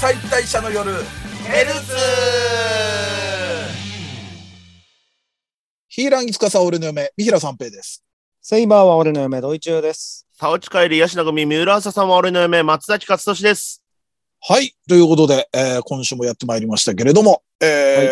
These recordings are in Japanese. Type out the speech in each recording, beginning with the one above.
解体者の夜ヘルツヒーランギツカサ俺の嫁三平三平です。 セイバーは俺の嫁ドイチューです。 サウチカエリヤシナ組三浦朝さんは俺の嫁松崎勝利です。 はい、ということで、今週もやってまいりましたけれども、と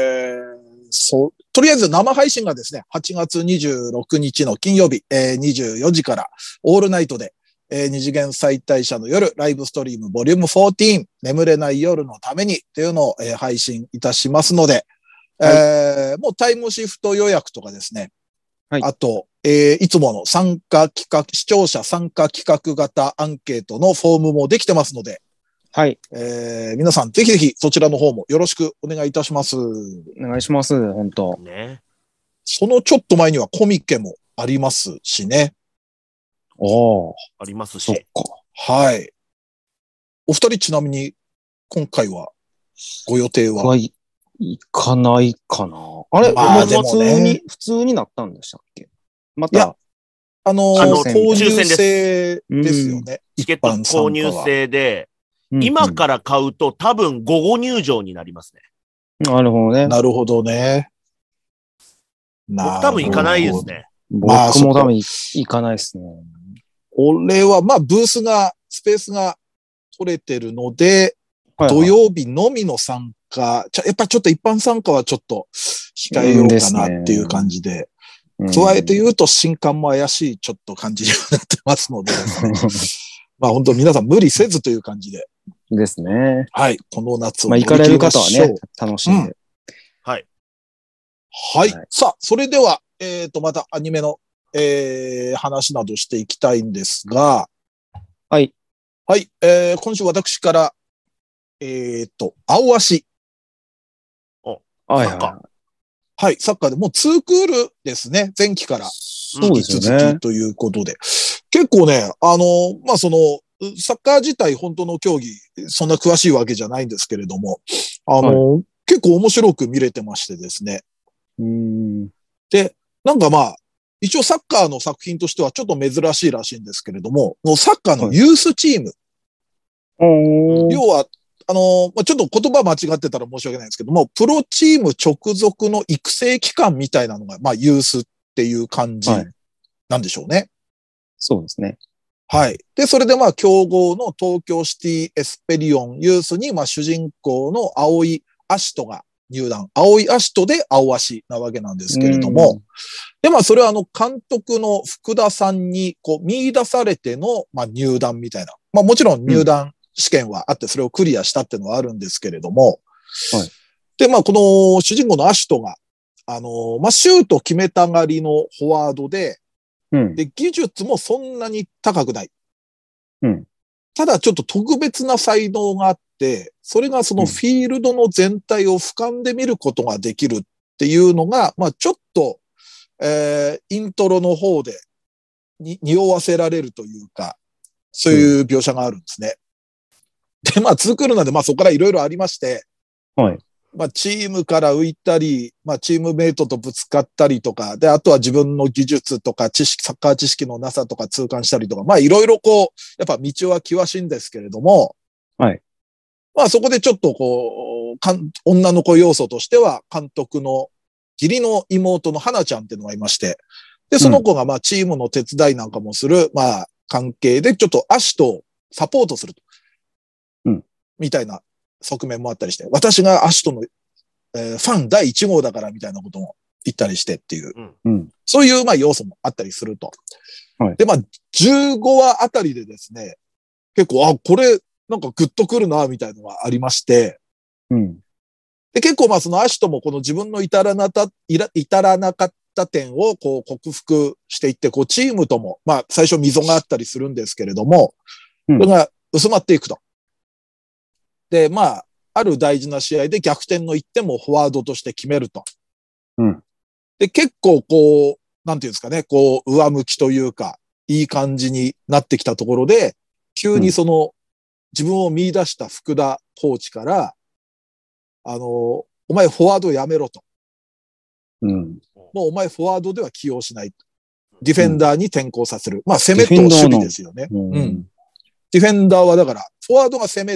りあえず生配信がですね8月26日の金曜日、24時からオールナイトで、二次元再退者の夜ライブストリームボリューム14眠れない夜のためにというのを、配信いたしますので、もうタイムシフト予約とかですね、はい、あと、いつもの参加企画視聴者参加企画型アンケートのフォームもできてますので、 はい。 皆さんぜひぜひそちらの方もよろしくお願いいたします。お願いします。本当。 ね。 そのちょっと前にはコミケもありますしね。 ありますし。 はい。お二人ちなみに今回はご予定は？ 行かないかな。あれ、 まあでもね、 普通になったんでしたっけ？また。 購入制ですよね。 チケット購入制で、今から買うと多分午後入場になりますね。 なるほどね。 なるほどね。 僕多分行かないですね。 僕も多分行かないですね。 俺はまあブースが、スペースが取れてるので、土曜日のみの参加、やっぱちょっと一般参加はちょっと控えようかなっていう感じで、加えて言うと新刊も怪しいちょっと感じになってますので、まあ本当皆さん無理せずという感じで。 ですね。 はい。この夏をまあ行かれる方はね、楽しんで。 はい。 はい。さあ、それでは、またアニメの、話などしていきたいんですが、 はい。 はい。今週私から、青足。 はい。 はい。サッカーでもう2クールですね。前期から。 そうですね。 引き続きということで。結構ね、まあ、サッカー自体本当の競技、そんな詳しいわけじゃないんですけれども、結構面白く見れてましてですね。で、なんかまあ、一応サッカーの作品としてはちょっと珍しいらしいんですけれども、サッカーのユースチーム。要は、ちょっと言葉間違ってたら申し訳ないんですけども、プロチーム直属の育成機関みたいなのが、まあ、ユースっていう感じなんでしょうね。 そうですね。 はい。で、それでまあ、強豪の東京シティエスペリオンユースに、まあ、主人公の青井葦人が入団。青井葦人で青足なわけなんですけれども、で、まあ、それは監督の福田さんに、こう、見出されての、まあ、入団みたいな。まあ、もちろん入団試験はあって、それをクリアしたっていうのはあるんですけれども、 はい。 で、まあ、この主人公の葦人が、まあ、シュート決めたがりのフォワードで、で、技術もそんなに高くない。ただちょっと特別な才能があって、それがそのフィールドの全体を俯瞰で見ることができるっていうのが、まあちょっと、イントロの方で匂わせられるというか、そういう描写があるんですね。で、まあ2クールなんで、まあそこからいろいろありまして、 はい。 まあチームから浮いたり、まあチームメイトとぶつかったりとか、で、あとは自分の技術とか知識、サッカー知識のなさとか痛感したりとか、まあいろいろこう、やっぱ道は険しいんですけれども、 はい。 まあそこでちょっとこう、女の子要素としては監督の義理の妹の花ちゃんっていうのがいまして、で、その子がまあチームの手伝いなんかもする、まあ関係でちょっと葦人をサポートすると。みたいな側面もあったりして、私が葦人の、ファン第1号だからみたいなことも言ったりしてっていう、そういうまあ要素もあったりすると。で、まあ15話あたりでですね、結構、これなんかグッとくるな、みたいなのがありまして、で、結構まあその葦人もこの自分の至らなかった点をこう克服していって、こうチームとも、まあ最初溝があったりするんですけれども、それが薄まっていくと。で、まあ、ある大事な試合で逆転の1点もフォワードとして決めると。で、結構こう、なんていうんですかね、こう、上向きというか、いい感じになってきたところで、急にその、自分を見出した福田コーチから、お前フォワードやめろと。もうお前フォワードでは起用しない。ディフェンダーに転向させる。まあ、攻めと守備ですよね。ディフェンダーはだから、フォワードが攻めで、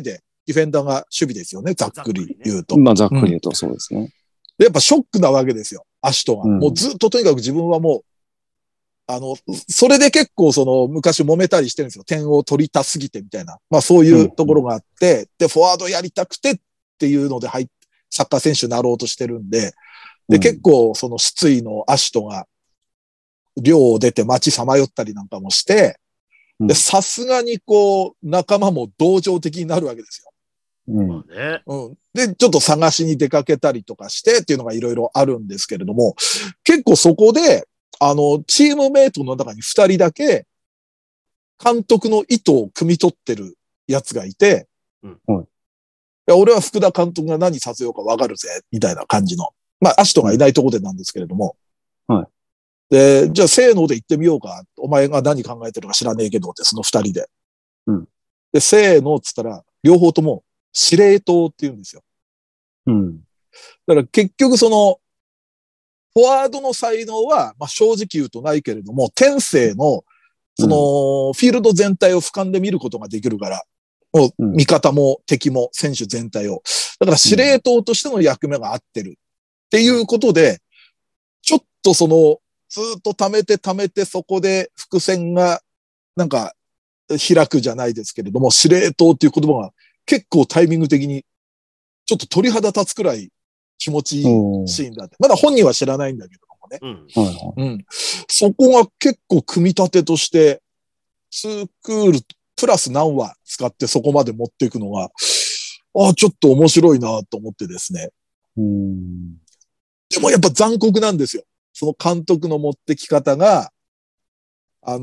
ディフェンダーが守備ですよね。ざっくり言うと。 まあ、ざっくり言うとそうですね。 で、やっぱショックなわけですよ。アシュトンは。 うんもうずっととにかく自分はもう、それで結構昔揉めたりしてるんですよ。点を取りたすぎてみたいな。まあそういうところがあって、で、フォワードやりたくてっていうのでサッカー選手になろうとしてるんで、で、結構失意のアシュトンが、寮を出て街さまよったりなんかもして、で、さすがに仲間も同情的になるわけですよ。 まあね。 で、ちょっと探しに出かけたりとかしてっていうのがいろいろあるんですけれども、結構そこで、チームメイトの中に2人だけ、監督の意図を汲み取ってるやつがいて、いや俺は福田監督が何させようか分かるぜ、みたいな感じの。まあ、アシュトンがいないとこでなんですけれども。で、じゃあ、せーので言ってみようか。お前が何考えてるか知らねえけどって、その2人で。で、せーのっつったら、両方とも司令塔って言うんですよ。だから結局フォワードの才能は、まあ、正直言うとないけれども、天性の、フィールド全体を俯瞰で見ることができるから、もう味方も敵も選手全体を。だから司令塔としての役目が合ってるっていうことで、ちょっとずっと溜めてそこで伏線がなんか開くじゃないですけれども、司令塔っていう言葉が結構タイミング的にちょっと鳥肌立つくらい気持ちいいシーンだって。まだ本人は知らないんだけどもね。そこが結構組み立てとして、2クールプラス何話使ってそこまで持っていくのが、ちょっと面白いなと思ってですね。でもやっぱ残酷なんですよ。その監督の持ってき方が、まあ、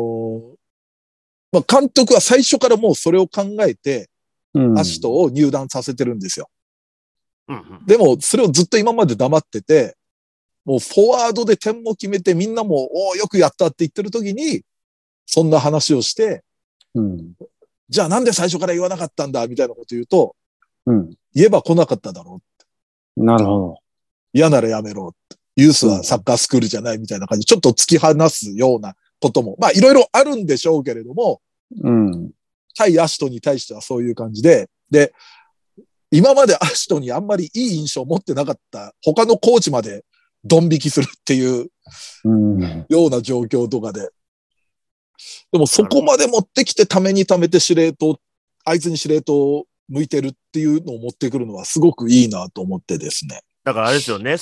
監督は最初からもうそれを考えて、アシトを入団させてるんですよ。でも、それをずっと今まで黙ってて、もうフォワードで点も決めてみんなも、よくやったって言ってる時に、そんな話をして、じゃあなんで最初から言わなかったんだみたいなこと言うと、言えば来なかっただろう。なるほど。 嫌ならやめろ。ユースはサッカースクールじゃないみたいな感じで、ちょっと突き放すようなことも、まあいろいろあるんでしょうけれども、対アシトに対してはそういう感じで、で、今までアシトにあんまりいい印象を持ってなかった他のコーチまでドン引きするっていうような状況とかで。でもそこまで持ってきてためにためてあいつに司令塔を向いてるっていうのを持ってくるのはすごくいいなと思ってですね。 だからあれですよね、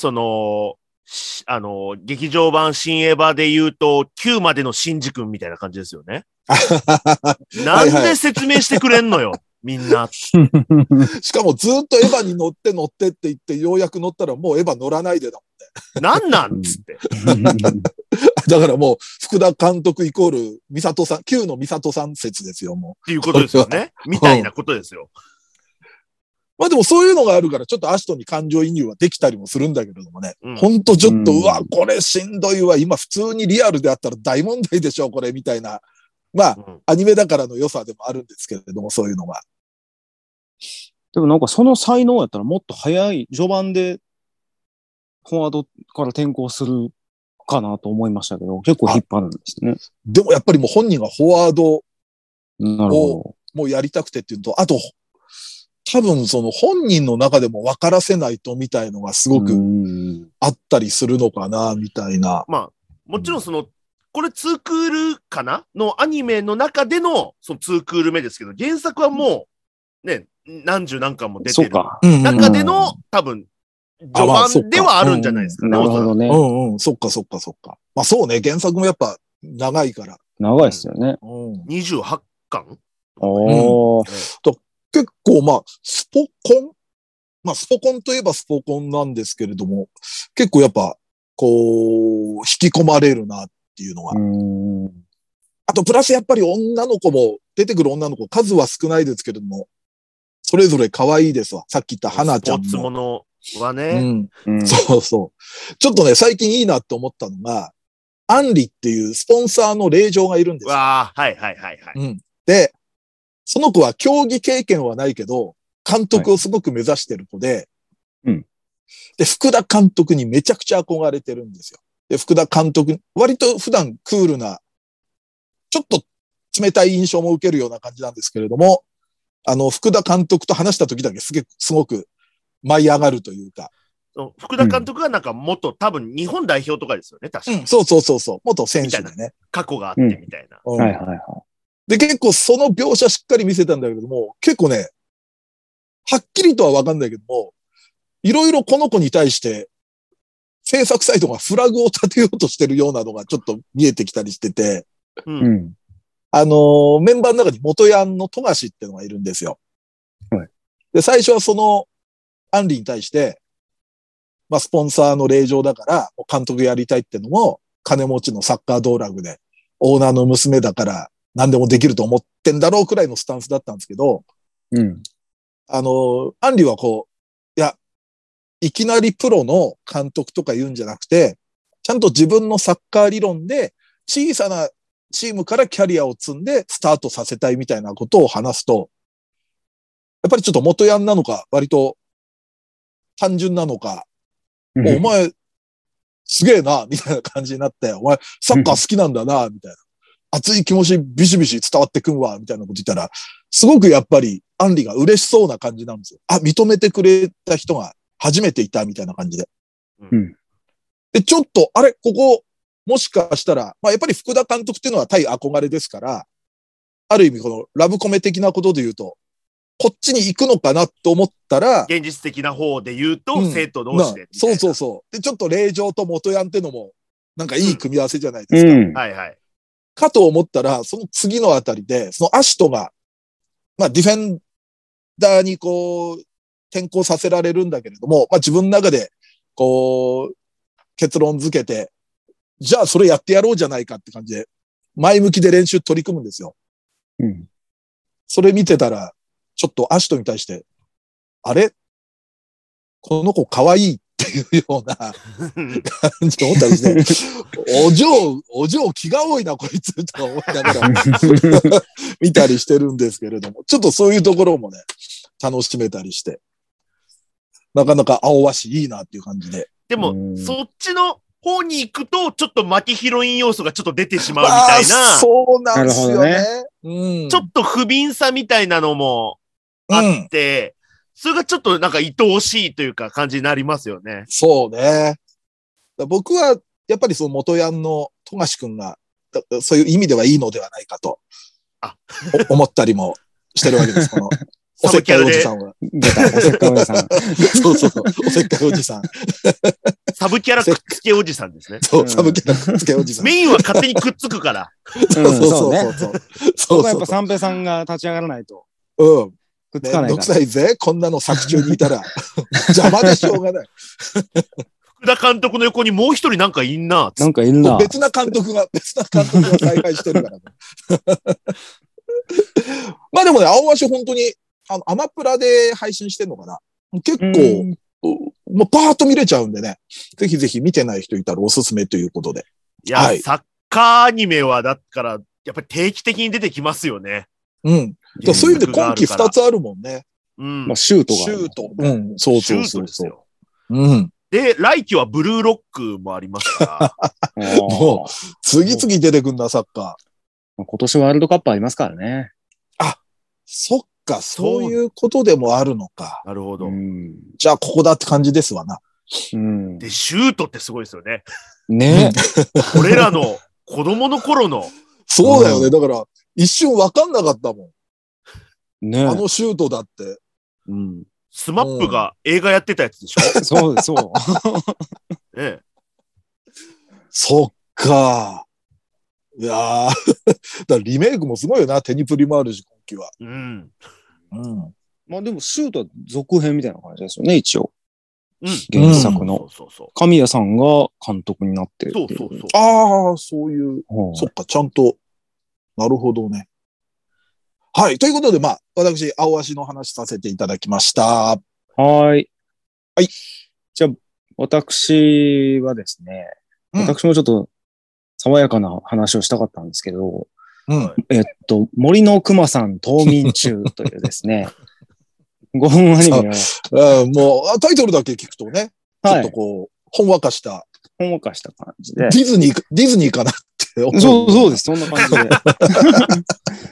劇場版新エヴァで言うと、9までのシンジ君みたいな感じですよね。なんで説明してくれんのよ。みんな。しかもずっとエヴァに乗ってって言って、ようやく乗ったらもうエヴァ乗らないでだもんね。なんつって。 だからもう、福田監督イコール、美里さん、旧の美里さん説ですよ、もう。 っていうことですよね。みたいなことですよ。 まあでもそういうのがあるから、ちょっとアシトに感情移入はできたりもするんだけれどもね。ほんとちょっと、うわ、これしんどいわ。今普通にリアルであったら大問題でしょ、これ、みたいな。まあ、アニメだからの良さでもあるんですけれども、そういうのが。 でもなんかその才能やったらもっと早い、序盤でフォワードから転向するかなと思いましたけど、結構引っ張るんですね。 でもやっぱりもう本人がフォワードをもうやりたくてっていうのと、あと、多分その本人の中でも分からせないとみたいのがすごくあったりするのかな、みたいな。 まあ、もちろんこれ2クールかなのアニメの中でのその2クール目ですけど、原作はもうね、何十何巻も出てる中での多分、序盤ではあるんじゃないですかね。 なるほどね。 そっか。まあそうね、原作もやっぱ長いから。 長いですよね。 28巻結構まあ、スポコンといえばスポコンなんですけれども、結構やっぱ、引き込まれるなっていうのが。あと、プラスやっぱり出てくる女の子、数は少ないですけれども、それぞれ可愛いですわ。さっき言った花ちゃんも。 スポーツものはね。 そうそう。ちょっとね、最近いいなって思ったのが、アンリっていうスポンサーの令嬢がいるんですよ。 はい。 で、その子は競技経験はないけど、監督をすごく目指してる子で、で、福田監督にめちゃくちゃ憧れてるんですよ。で、福田監督、割と普段クールな、ちょっと冷たい印象も受けるような感じなんですけれども、 福田監督と話した時だけすごく舞い上がるというか。 福田監督がなんか元、多分日本代表とかですよね、確かに。 そうそうそうそう。元選手でね。 過去があってみたいな。 はいはいはい。 で、結構その描写しっかり見せたんだけども、結構ね、はっきりとはわかんないけども、いろいろこの子に対して、制作サイトがフラグを立てようとしてるようなのがちょっと見えてきたりしてて、 うん。 メンバーの中に元ヤンの富樫っていうのがいるんですよ。 はい。 で、最初はその、アンリに対して、まあ、スポンサーの令状だから、監督やりたいってのも、金持ちのサッカー道楽で、オーナーの娘だから何でもできると思ってんだろうくらいのスタンスだったんですけど、 うん。 アンリはいや、いきなりプロの監督とか言うんじゃなくて、ちゃんと自分のサッカー理論で、小さなチームからキャリアを積んでスタートさせたいみたいなことを話すと、やっぱりちょっと元ヤンなのか、割と単純なのか、お前、すげえな、みたいな感じになって、お前、サッカー好きなんだな、みたいな。熱い気持ちビシビシ伝わってくんわ、みたいなこと言ったら、すごくやっぱり、アンリが嬉しそうな感じなんですよ。認めてくれた人が初めていた、みたいな感じで。 うん。 で、ちょっと、ここ、もしかしたら、まあ、やっぱり福田監督っていうのは対憧れですから、ある意味このラブコメ的なことで言うと、こっちに行くのかなと思ったら、 現実的な方で言うと、生徒同士で。 そうそうそう。で、ちょっと令状と元ヤンってのも、なんかいい組み合わせじゃないですか。 はいはい。 かと思ったら、その次のあたりで、そのアシトが、まあディフェンダーに転向させられるんだけれども、まあ自分の中で、結論付けて、じゃあそれやってやろうじゃないかって感じで、前向きで練習取り組むんですよ。 うん。 それ見てたら、ちょっとアシトに対して、あれこの子可愛いっていうような感じで思ったりして、お嬢気が多いな、こいつとか思いながら見たりしてるんですけれども、ちょっとそういうところもね、楽しめたりして、なかなか青和紙いいなっていう感じで。 でも、そっちの方に行くと、ちょっとマキヒロイン要素がちょっと出てしまうみたいな。 そうなんですよね。 ちょっと不憫さみたいなのもあって、それがちょっとなんか愛おしいというか感じになりますよね。 そうね。僕は、やっぱりその元ヤンの富樫くんが、そういう意味ではいいのではないかと、思ったりもしてるわけです。このおせっかいおじさんは。 出た、おせっかいおじさん。 そうそう、おせっかいおじさん。 サブキャラくっつけおじさんですね。 そう、サブキャラくっつけおじさん。 メインは勝手にくっつくから。 そうそうそう。 そうやっぱ三平さんが立ち上がらないと。 うん。 くっつかないから。 めんどくさいぜ。こんなの作中にいたら。邪魔でしょうがない。 福田監督の横にもう一人なんかいんな。 なんかいんな。 別な監督が采配してるからね。まあでもね、青和紙本当に、アマプラで配信してんのかな。結構、もうパーッと見れちゃうんでね。ぜひぜひ見てない人いたらおすすめということで。 いや、サッカーアニメはだから、やっぱり定期的に出てきますよね。 うん。そういう意味で今期2つあるもんね。 うん。 まあ、シュートが。 シュート。うん。そうそうそうそう。 うん。で、来季はブルーロックもありますから。 もう、次々出てくんな、サッカー。今年ワールドカップありますからね。 そっか、そういうことでもあるのか。 なるほど。 じゃあ、ここだって感じですわな。 で、シュートってすごいですよね。 ねえ。俺らの子供の頃の。 そうだよね。だから、一瞬わかんなかったもん。ねあのシュートだって。 スマップが映画やってたやつでしょそうそう。 ねえ。 そっか。いやーだからリメイクもすごいよな、テニプリもあるし、今期は。 まあでも、シュートは続編みたいな感じですよね、一応。原作の。神谷さんが監督になって。 ああ、そういう。そっか、ちゃんと。なるほどね。はい。ということで、まあ、私、青足の話させていただきました。 はい。 はい。 じゃあ、私はですね、私もちょっと、爽やかな話をしたかったんですけど、森の熊さん冬眠中というですね、5分アニメを。もう、タイトルだけ聞くとね、ちょっとこう、ほんわかした感じで。 ディズニーかなって思う。 そうです、そんな感じで。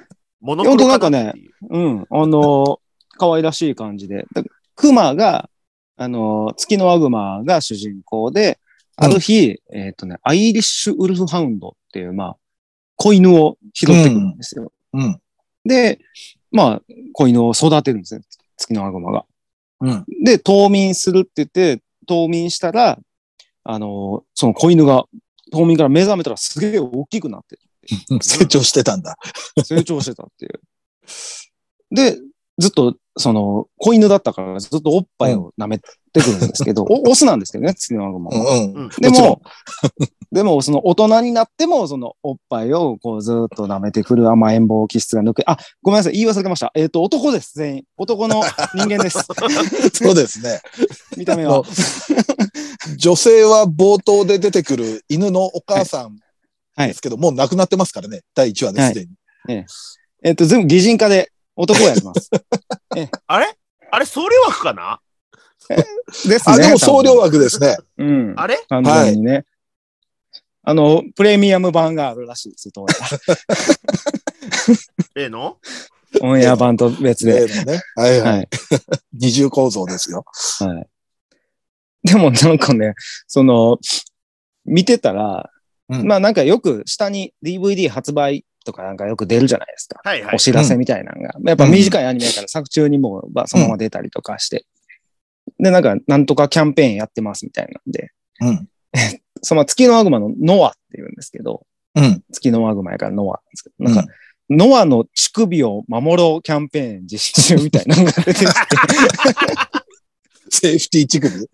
モノクロかなっていう。 可愛らしい感じで。クマが、月のワグマが主人公で、ある日、アイリッシュウルフハウンドっていう、子犬を拾ってくるんですよ。で、子犬を育てるんですね。月のワグマが。で、冬眠するって言って、冬眠したら、その子犬が冬眠から目覚めたらすげえ大きくなってる。成長してたんだ。 成長してたっていう。で、ずっと、子犬だったからずっとおっぱいを舐めてくるんですけど、オスなんですけどね、月のワグマは。でも、その大人になっても、そのおっぱいをこうずっと舐めてくる甘えん坊気質が抜け、ごめんなさい、言い忘れてました。男です、全員。男の人間です。 そうですね。 見た目は。 女性は冒頭で出てくる犬のお母さんですけど、もう亡くなってますからね、第1話ですでに。 全部擬人化で男をやります。 あれ総量枠かなですね。 でも総量枠ですね。 あれ完全にね。プレミアム版があるらしいですよ、どうやら。 例のオンエア版と別で。 ね。はい。二重構造ですよ。 はい。でもなんかね、見てたら、なんかよく下に DVD 発売とかなんかよく出るじゃないですか。お知らせみたいなのが。やっぱ短いアニメやから作中にもそのまま出たりとかして。で、なんとかキャンペーンやってますみたいなんで。その月のワグマのノアって言うんですけど、月のワグマやからノアなんですけど、なんか、ノアの乳首を守ろうキャンペーン実施中みたいなのが出てきて。 セーフティー乳首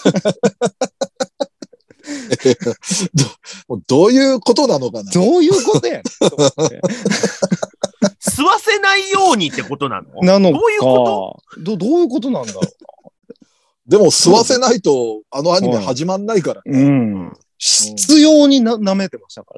どういうことなのかな。 どういうことやねん。 吸わせないようにってことなの？ なのか。 どういうこと？ どういうことなんだろうな。 でも吸わせないとあのアニメ始まんないからね。 必要に舐めてましたから。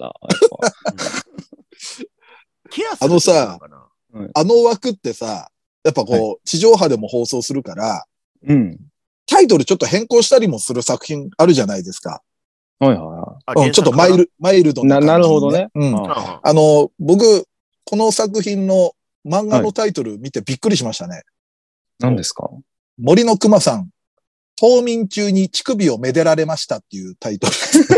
さ、あの枠ってさ、やっぱ地上波でも放送するから、タイトルちょっと変更したりもする作品あるじゃないですか。ちょっとマイルドな感じ、 なるほどね。 僕、この作品の漫画のタイトル見てびっくりしましたね。 何ですか？ 森の熊さん、冬眠中に乳首をめでられましたっていうタイトル。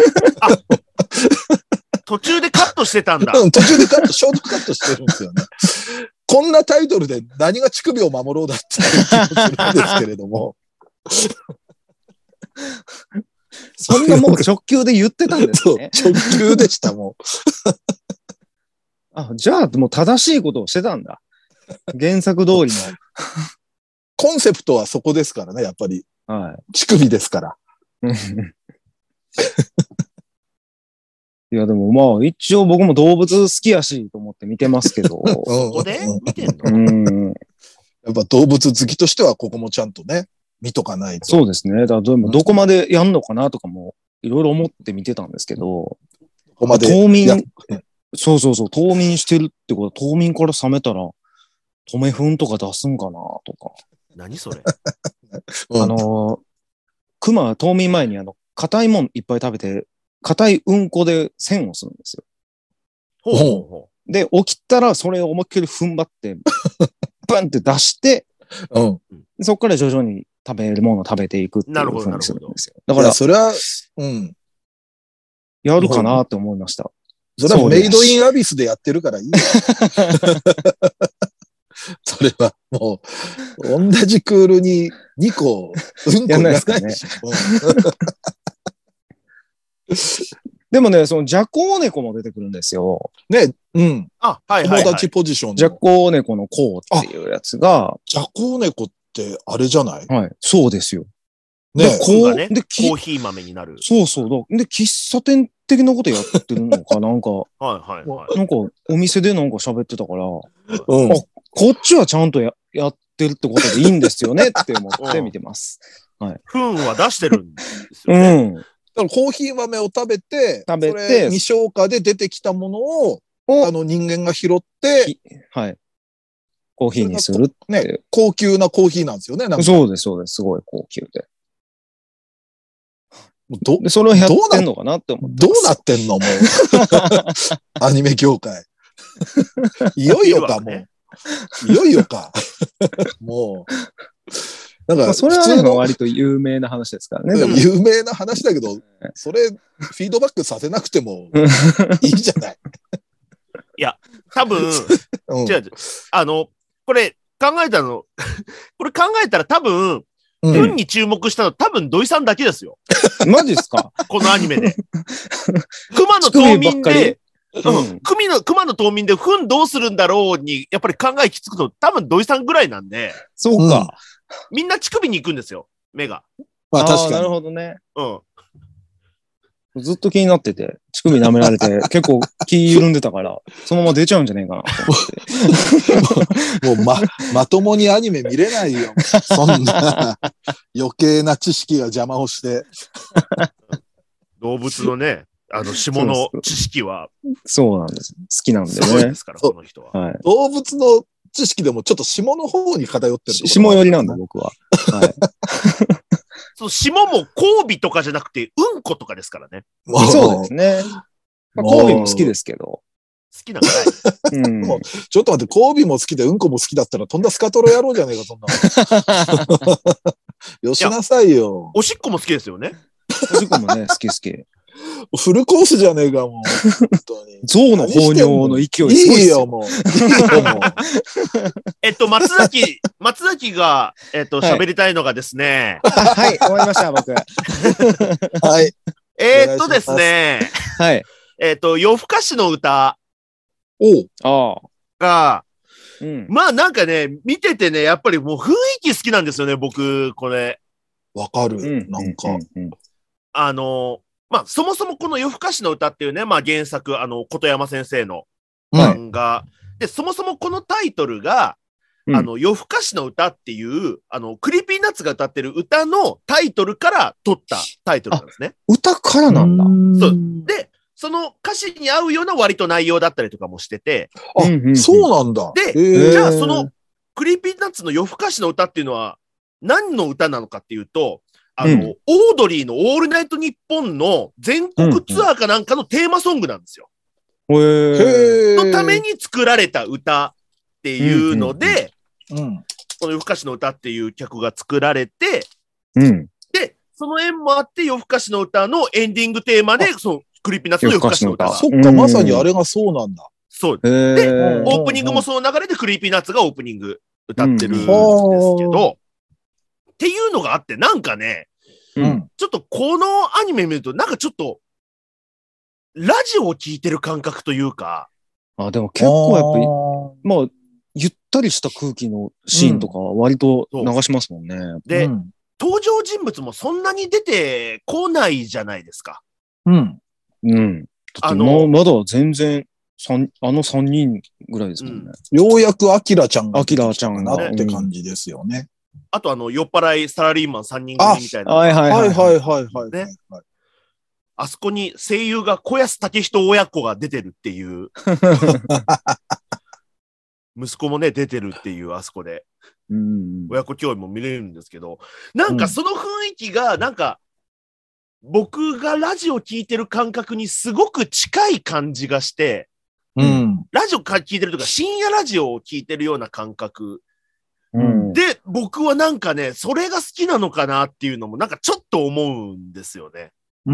途中でカットしてたんだ。 途中でショートカットしてるんですよね。こんなタイトルで何が乳首を守ろうだっていう気もするんですけれども。 そんなもう直球で言ってたんですね。 直球でした、もう。じゃあもう正しいことをしてたんだ。原作通りの。 コンセプトはそこですからね、やっぱり。乳首ですから。いや、でも一応僕も動物好きやしと思って見てますけど。 そこで見てんの？ やっぱ動物好きとしてはここもちゃんとね、見とかないと。 そうですね。どこまでやんのかなとかもいろいろ思って見てたんですけど。 ここまで。 冬眠。そう。冬眠してるってこと、冬眠から覚めたら、止め糞とか出すんかなとか。 何それ？ 熊は冬眠前に硬いもんいっぱい食べて、硬いうんこで線をするんですよ。で、起きたらそれを思いっきり踏ん張って、ブンって出して、そこから徐々に食べるものを食べていくっていう風にするんですよ。だから、 それは、 やるかなって思いました。 それはメイドインアビスでやってるからいいよ。それはもう、同じクールに2個、うんこやらないでしょ。 でもね、そのジャコウネコも出てくるんですよ。 ね、 友達ポジション。 ジャコウネコのコウっていうやつが。 ジャコウネコってあれじゃない？ そうですよ。 ね、コーヒー豆になる。 そう。で、喫茶店的なことやってるのか、なんか。なんか、お店でなんか喋ってたから、こっちはちゃんとやってるってことでいいんですよねって思って見てます。 糞は出してるんですよね。 だからコーヒー豆を食べて、それ未消化で出てきたものを、人間が拾って、 コーヒーにするってね、高級なコーヒーなんですよね。 そうです。すごい高級で。 で、 それをやってんのかなって思って。 どうなってんのもう。アニメ業界。いよいよかも。 いよいよか。もう。なんか、 それはね、割と有名な話ですからね。 有名な話だけど、それ、フィードバックさせなくてもいいじゃない。 いや、多分、違う、これ考えたら多分、運に注目したの多分土井さんだけですよ。 マジっすか？ このアニメで。熊の冬眠で、熊の冬眠で糞どうするんだろうに、やっぱり考えきつくの多分土井さんぐらいなんで。 そうか。 みんな乳首に行くんですよ、目が。 まあ確かに。 なるほどね。ずっと気になってて、乳首舐められて、結構気緩んでたから、そのまま出ちゃうんじゃねえかなと思って。 もうまともにアニメ見れないよ。そんな余計な知識が邪魔をして。 動物のね、下の知識は。 そうなんです。好きなんでね。 すごいですから、この人は。 はい、 動物の知識でもちょっと下の方に偏ってる。 下寄りなんだ、僕は。はい。 その下も交尾とかじゃなくて、うんことかですからね。 そうですね。まあ、交尾も好きですけど。 好きなんかない。 もうちょっと待って、交尾も好きでうんこも好きだったらとんだスカトロ野郎じゃねえか、そんな。よしなさいよ。 おしっこも好きですよね。 おしっこもね、好き好き。 フルコースじゃねえか、もう。本当に。 象の放尿の勢いすごいっすよ。 いいよ、もう。 松崎が、喋りたいのがですね。 はい、終わりました、僕。 はい。 ですね。 はい。 夜更かしの歌。が、まあなんかね、見ててね、やっぱりもう雰囲気好きなんですよね、僕、これ。 わかる。なんか。 まあ、そもそもこの夜更かしの歌っていうね、まあ原作、琴山先生の漫画。で、そもそもこのタイトルが、夜更かしの歌っていう、クリーピーナッツが歌ってる歌のタイトルから取ったタイトルなんですね。 歌からなんだ。 そう。で、その歌詞に合うような割と内容だったりとかもしてて。 そうなんだ。 で、じゃあそのクリーピーナッツの夜更かしの歌っていうのは何の歌なのかっていうと、オードリーのオールナイトニッポンの全国ツアーかなんかのテーマソングなんですよ。のために作られた歌っていうので、この夜更かしの歌っていう曲が作られて、で、その縁もあって夜更かしの歌のエンディングテーマで、そのクリーピーナッツの夜更かしの歌が。 そっか、まさにあれがそうなんだ。 そう。で、オープニングもその流れでクリーピーナッツがオープニング歌ってるんですけど、っていうのがあって、なんかね、ちょっとこのアニメ見ると、なんかちょっと、ラジオを聴いてる感覚というか。 でも結構やっぱり、まあ、ゆったりした空気のシーンとか割と流しますもんね。 で、登場人物もそんなに出てこないじゃないですか。 だってまだ全然、3人ぐらいですもんね。 ようやくアキラちゃんが出てきたかなって感じですよね。 あと酔っ払いサラリーマン3人組みたいな。 はい。 ね。あそこに声優が小安武人親子が出てるっていう。息子もね、出てるっていう、あそこで。親子共演も見れるんですけど、なんかその雰囲気が、なんか、僕がラジオ聞いてる感覚にすごく近い感じがして、ラジオ聞いてるとか、深夜ラジオを聞いてるような感覚。で、僕はなんかね、それが好きなのかなっていうのも、なんかちょっと思うんですよね。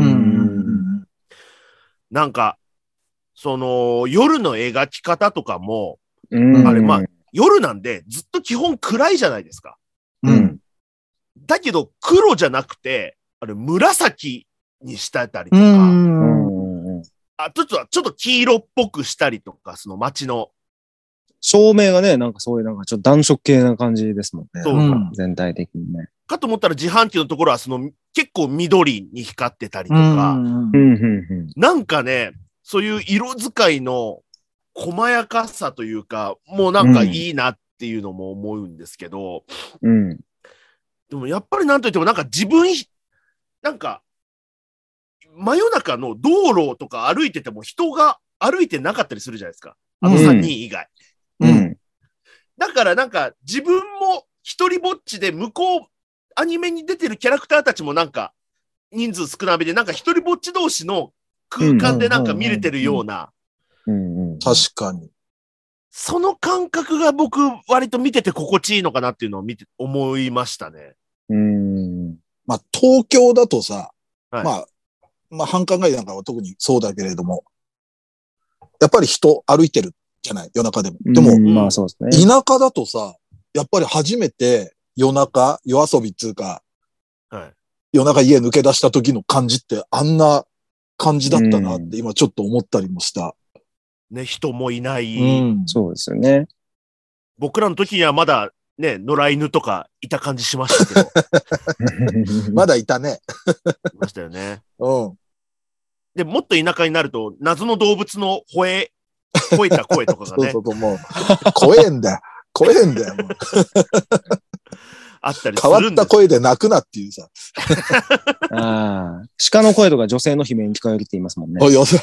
なんか、夜の描き方とかも、あれ、まあ、夜なんでずっと基本暗いじゃないですか。だけど、黒じゃなくて、あれ、紫にしたたりとか、ちょっと黄色っぽくしたりとか、その街の。 照明がね、なんかそういうなんかちょっと暖色系な感じですもんね。全体的にね。 かと思ったら自販機のところは結構緑に光ってたりとか、なんかね、そういう色使いの細やかさというか、もうなんかいいなっていうのも思うんですけど、でもやっぱりなんといってもなんかなんか真夜中の道路とか歩いてても人が歩いてなかったりするじゃないですか。3人以外。だからなんか自分も一人ぼっちでアニメに出てるキャラクターたちもなんか人数少なめでなんか一人ぼっち同士の空間でなんか見れてるような。 確かに。 その感覚が僕、割と見てて心地いいのかなっていうのを思いましたね。 まあ、東京だとさ、 はい、 まあ、繁華街なんかは特にそうだけれども、やっぱり人歩いてるじゃない、夜中でも。でも、 まあそうですね。 田舎だとさ、やっぱり初めて夜中、夜遊びっていうか、 はい、 夜中家抜け出した時の感じってあんな感じだったなって今ちょっと思ったりもした。 ね、人もいない。 そうですよね。 僕らの時にはまだね、野良犬とかいた感じしましたけど。まだいたね。 いましたよね。 うん。 で、もっと田舎になると、謎の動物の吠えた声とかがね。 そう、もう、怖えんだよ。怖えんだよ、もう。 あったりするんです。 変わった声で泣くなっていうさ。 鹿の声とか女性の悲鳴に聞こえるって言いますもんね。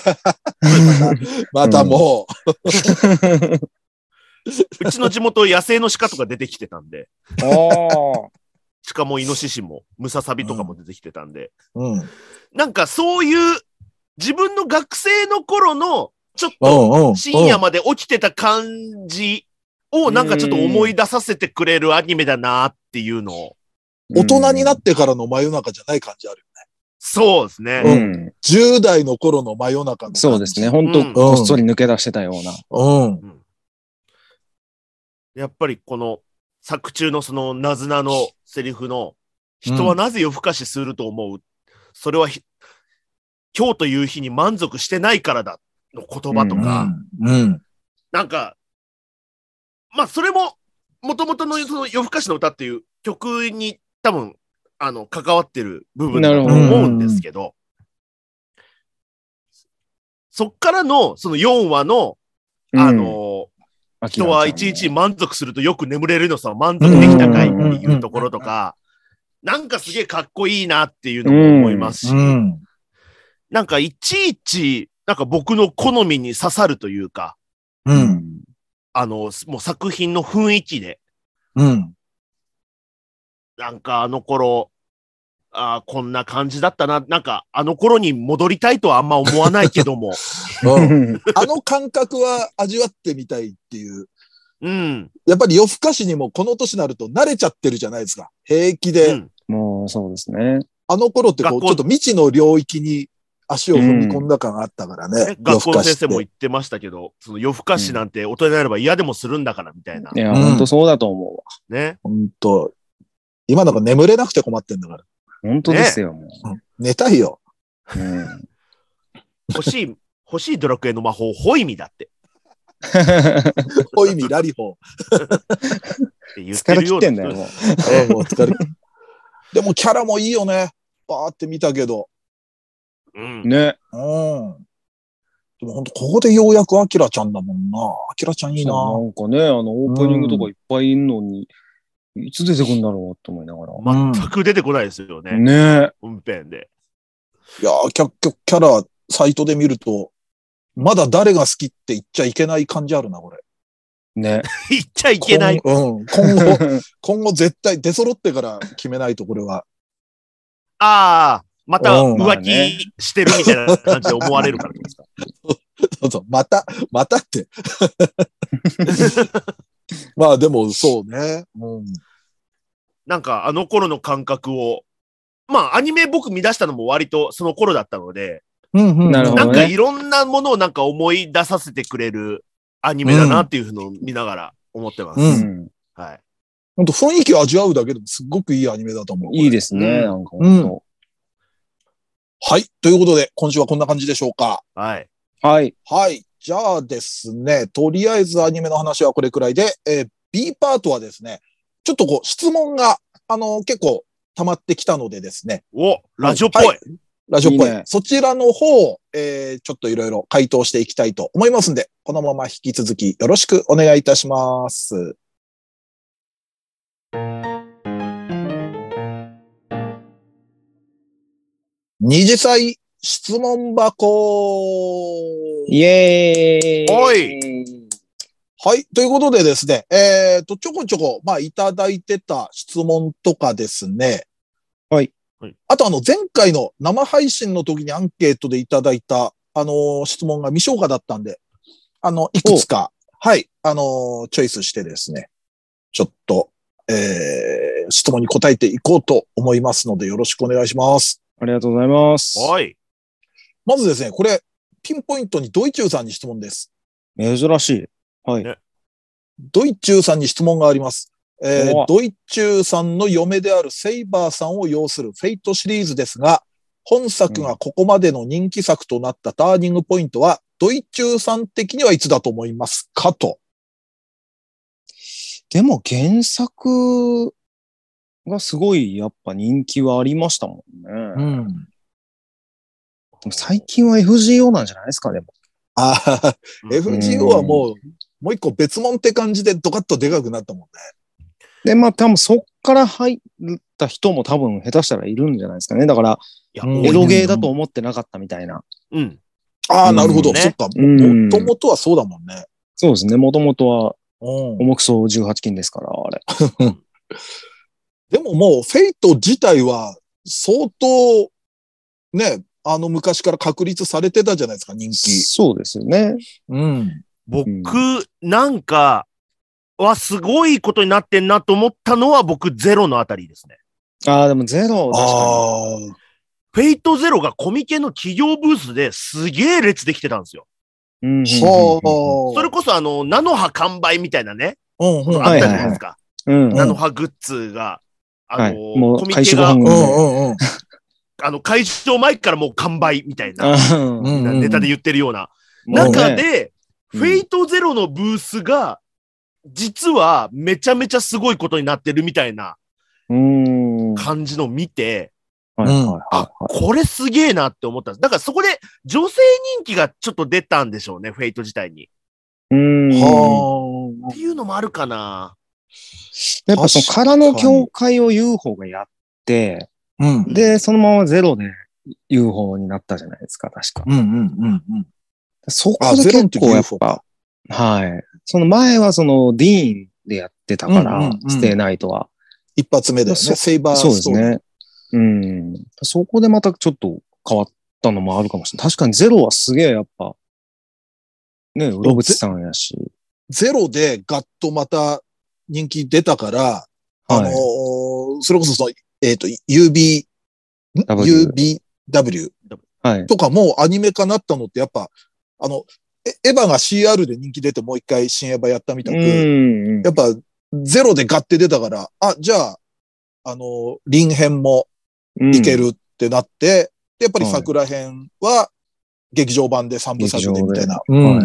またもう。うちの地元野生の鹿とか出てきてたんで。鹿もイノシシもムササビとかも出てきてたんで。なんかそういう自分の学生の頃のちょっと深夜まで起きてた感じをなんかちょっと思い出させてくれるアニメだなっていうのを。 大人になってからの真夜中じゃない感じあるよね。 そうですね。 10代の頃の真夜中の感じ。 そうですね。本当こっそり抜け出してたような。 やっぱりこの作中のそのナズナのセリフの人はなぜ夜更かしすると思う、それは今日という日に満足してないからだの言葉とか、なんか、まあそれも元々のその夜更かしの歌っていう曲に多分関わってる部分だと思うんですけど、そっからのその4話の人は一日満足するとよく眠れるのさ、満足できたかいっていうところとか、なんかすげえかっこいいなっていうのも思いますし、なんかいちいち、なんか僕の好みに刺さるというか、もう作品の雰囲気で、なんかあの頃、こんな感じだったな。なんか、あの頃に戻りたいとはあんま思わないけども。 あの感覚は味わってみたいっていう。やっぱり夜更かしにもこの年になると慣れちゃってるじゃないですか。平気で。 もうそうですね。 あの頃ってこう、ちょっと未知の領域に足を踏み込んだ感があったからね。 学校の先生も言ってましたけど、その夜更かしなんて大人になれば嫌でもするんだからみたいな。 いや、本当そうだと思うわ。 ね。 本当今なんか眠れなくて困ってんだから。 本当ですよ、もう。寝たいよ。 欲しいドラクエの魔法、ホイミだって。 ホイミ、ラリホって言ってるような。疲れ切ってんだよ、もう。 疲れでもキャラもいいよね。バーって見たけど。 ね。 でも本当ここでようやくアキラちゃんだもんな。アキラちゃんいいな。 なんかね、オープニングとかいっぱいいんのに、いつ出てくるんだろうと思いながら。 全く出てこないですよね。 ね。 本編で。 いやキャラ、サイトで見ると、まだ誰が好きって言っちゃいけない感じあるな、これ。 ね。 言っちゃいけない。 今後絶対出揃ってから決めないと、これは。 また浮気してるみたいな感じで思われるからですか。 そう、またって。まあでもそうね。 なんかあの頃の感覚を、まあアニメ僕見出したのも割とその頃だったので、なんかいろんなものをなんか思い出させてくれるアニメだなっていうのを見ながら思ってます。はい。 本当雰囲気を味わうだけでもすごくいいアニメだと思う。 いいですね。なんか本当。 はい。ということで、今週はこんな感じでしょうか。 はい。 はい。はい。じゃあですね、とりあえずアニメの話はこれくらいで、B パートはですね、ちょっとこう質問が、結構溜まってきたのでですね。 ラジオっぽい。 ラジオっぽい。そちらの方を、ちょっといろいろ回答していきたいと思いますんで、このまま引き続きよろしくお願いいたします。二次祭質問箱イエーイおいはい。ということでですね、ちょこちょこ、いただいてた質問とかですね。 はい。 あと前回の生配信の時にアンケートでいただいた、質問が未消化だったんで、いくつか、 はい、チョイスしてですね、ちょっと、質問に答えていこうと思いますので、よろしくお願いします。 ありがとうございます。 はい。 まずですね、これ、ピンポイントにドイチューさんに質問です。 珍しい。はい。ね、 ドイチューさんに質問があります。ドイチューさんの嫁であるセイバーさんを擁するフェイトシリーズですが、本作がここまでの人気作となったターニングポイントは、ドイチューさん的にはいつだと思いますかと。 でも原作がすごいやっぱ人気はありましたもんね。うん。でも最近は FGO なんじゃないですか、でも。 ああ、FGO はもう一個別物って感じでドカッとでかくなったもんね。 で、まあ多分そっから入った人も多分下手したらいるんじゃないですかね。だから、エロゲーだと思ってなかったみたいな。 うん。 ああ、なるほど。そっか。もともとはそうだもんね。 そうですね。もともとは、重くそ18金ですから、あれ。 でももう、フェイト自体は、相当、ね、昔から確立されてたじゃないですか、人気。 そうですよね。 うん。 僕、なんか、すごいことになってんなと思ったのは僕、ゼロのあたりですね。 ああ、でもゼロ、確かに。フェイトゼロがコミケの企業ブースですげえ列できてたんですよ。それこそナノハ完売みたいなね、あったじゃないですか。ナノハグッズが、 コミケが、 会場前からもう完売みたいな、ネタで言ってるような。中で、フェイトゼロのブースが、実はめちゃめちゃすごいことになってるみたいな感じのを見て、これすげえなって思ったんです。だからそこで女性人気がちょっと出たんでしょうね、フェイト自体に。っていうのもあるかな。 やっぱその空の境界を UFO がやって、で、そのままゼロで UFO になったじゃないですか、確か。そこで結構やっぱ、はい。その前はそのディーンでやってたから、ステイナイトは。 一発目だよね、セイバーストーリー。 そうですね。そこでまたちょっと変わったのもあるかもしれない。確かにゼロはすげえやっぱ、ね、うろぶちさんやし。 ゼロでガッとまた人気出たから、それこそその、UBW とかもアニメ化なったのってやっぱ、エヴァが CR で人気出てもう一回新エヴァやったみたく、やっぱゼロでガッて出たから、じゃあ、臨編もいけるってなって、で、やっぱり桜編は劇場版で3部作でみたいな。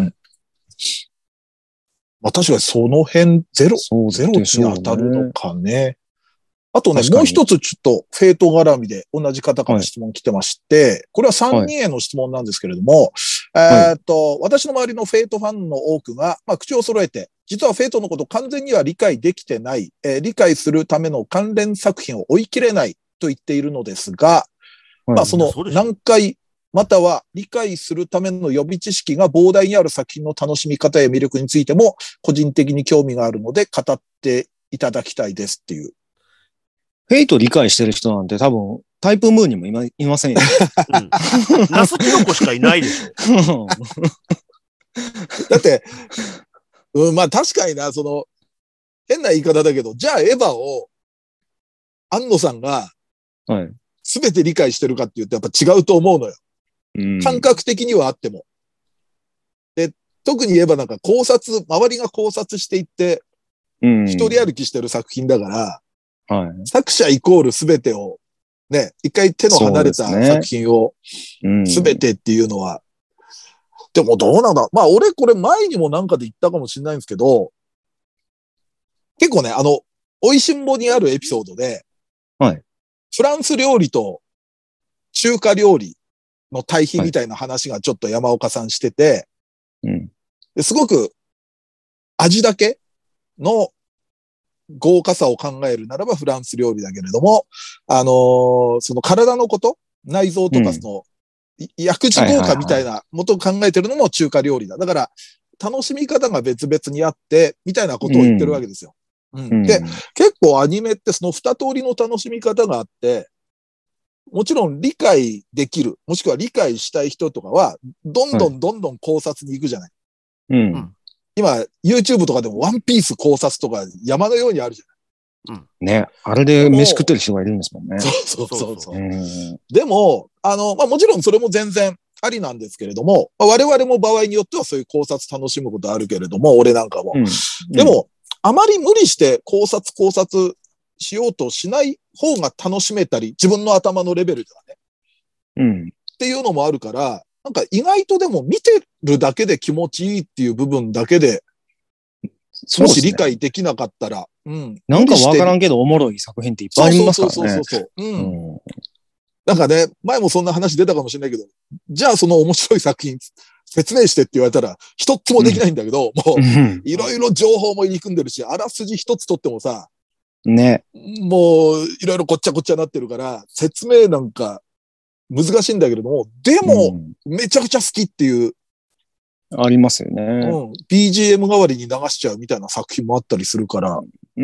まあ確かにその辺ゼロに当たるのかね。あとね、もう一つちょっとフェイト絡みで同じ方から質問来てまして、これは3人への質問なんですけれども、私の周りのフェイトファンの多くが、まあ口を揃えて、実はフェイトのことを完全には理解できてない、理解するための関連作品を追い切れないと言っているのですが、まあその難解、または理解するための予備知識が膨大にある作品の楽しみ方や魅力についても個人的に興味があるので語っていただきたいですっていう。 フェイト理解してる人なんて多分タイプムーンにもいませんよ。 ナスキノコしかいないでしょ。 だって、まあ確かにな、その、変な言い方だけど、じゃあエヴァを、安野さんが、すべて理解してるかって言うとやっぱ違うと思うのよ。感覚的にはあっても。で、特に言えばなんか周りが考察していって、一人歩きしてる作品だから、作者イコールすべてを、ね、一回手の離れた作品を、すべてっていうのは、でもどうなんだ。まあ俺これ前にもなんかで言ったかもしれないんですけど、結構ね、美味しんぼにあるエピソードで、フランス料理と中華料理の対比みたいな話がちょっと山岡さんしてて、すごく味だけの豪華さを考えるならばフランス料理だけれども、その体のこと、内臓とかその、薬事豪華みたいなことを考えてるのも中華料理だ。だから、楽しみ方が別々にあって、みたいなことを言ってるわけですよ。で、結構アニメってその二通りの楽しみ方があって、もちろん理解できる、もしくは理解したい人とかは、どんどん考察に行くじゃない。 今、YouTube とかでもワンピース考察とか山のようにあるじゃない。 ね。あれで飯食ってる人がいるんですもんね。 そう。でも、もちろんそれも全然ありなんですけれども、我々も場合によってはそういう考察楽しむことあるけれども、俺なんかも。でも、あまり無理して考察しようとしない方が楽しめたり、自分の頭のレベルではね。っていうのもあるから、なんか意外とでも見てるだけで気持ちいいっていう部分だけで、もし理解できなかったら、 なんかわからんけどおもろい作品っていっぱいありますからね。 そう。なんかね、前もそんな話出たかもしれないけど、じゃあその面白い作品説明してって言われたら一つもできないんだけど、もういろいろ情報も入り組んでるし、あらすじ一つとってもさ、 ね。 もういろいろごっちゃごっちゃになってるから、説明なんか難しいんだけれども、でもめちゃくちゃ好きっていう。 ありますよね。 BGM 代わりに流しちゃうみたいな作品もあったりするから、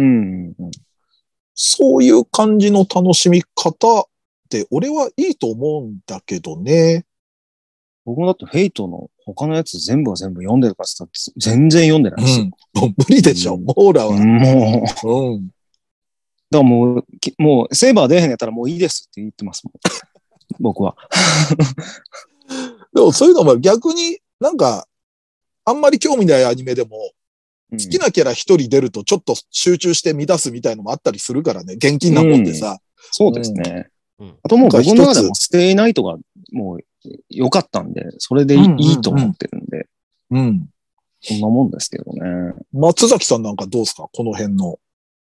そういう感じの楽しみ方って俺はいいと思うんだけどね。 僕もだってフェイトの他のやつ全部が全部読んでるかって全然読んでないですよ。 もう無理でしょ、モーラは。 もう。だからもう、セーバー出へんやったらもういいですって言ってますもん。僕は。 でもそういうのも逆になんか、あんまり興味ないアニメでも、好きなキャラ一人出るとちょっと集中して乱すみたいのもあったりするからね。現金なもんでさ。 そうですね。あともう僕の中でもステイナイトがもう良かったんで、それでいいと思ってるんで。そんなもんですけどね。 松崎さんなんかどうですかこの辺の。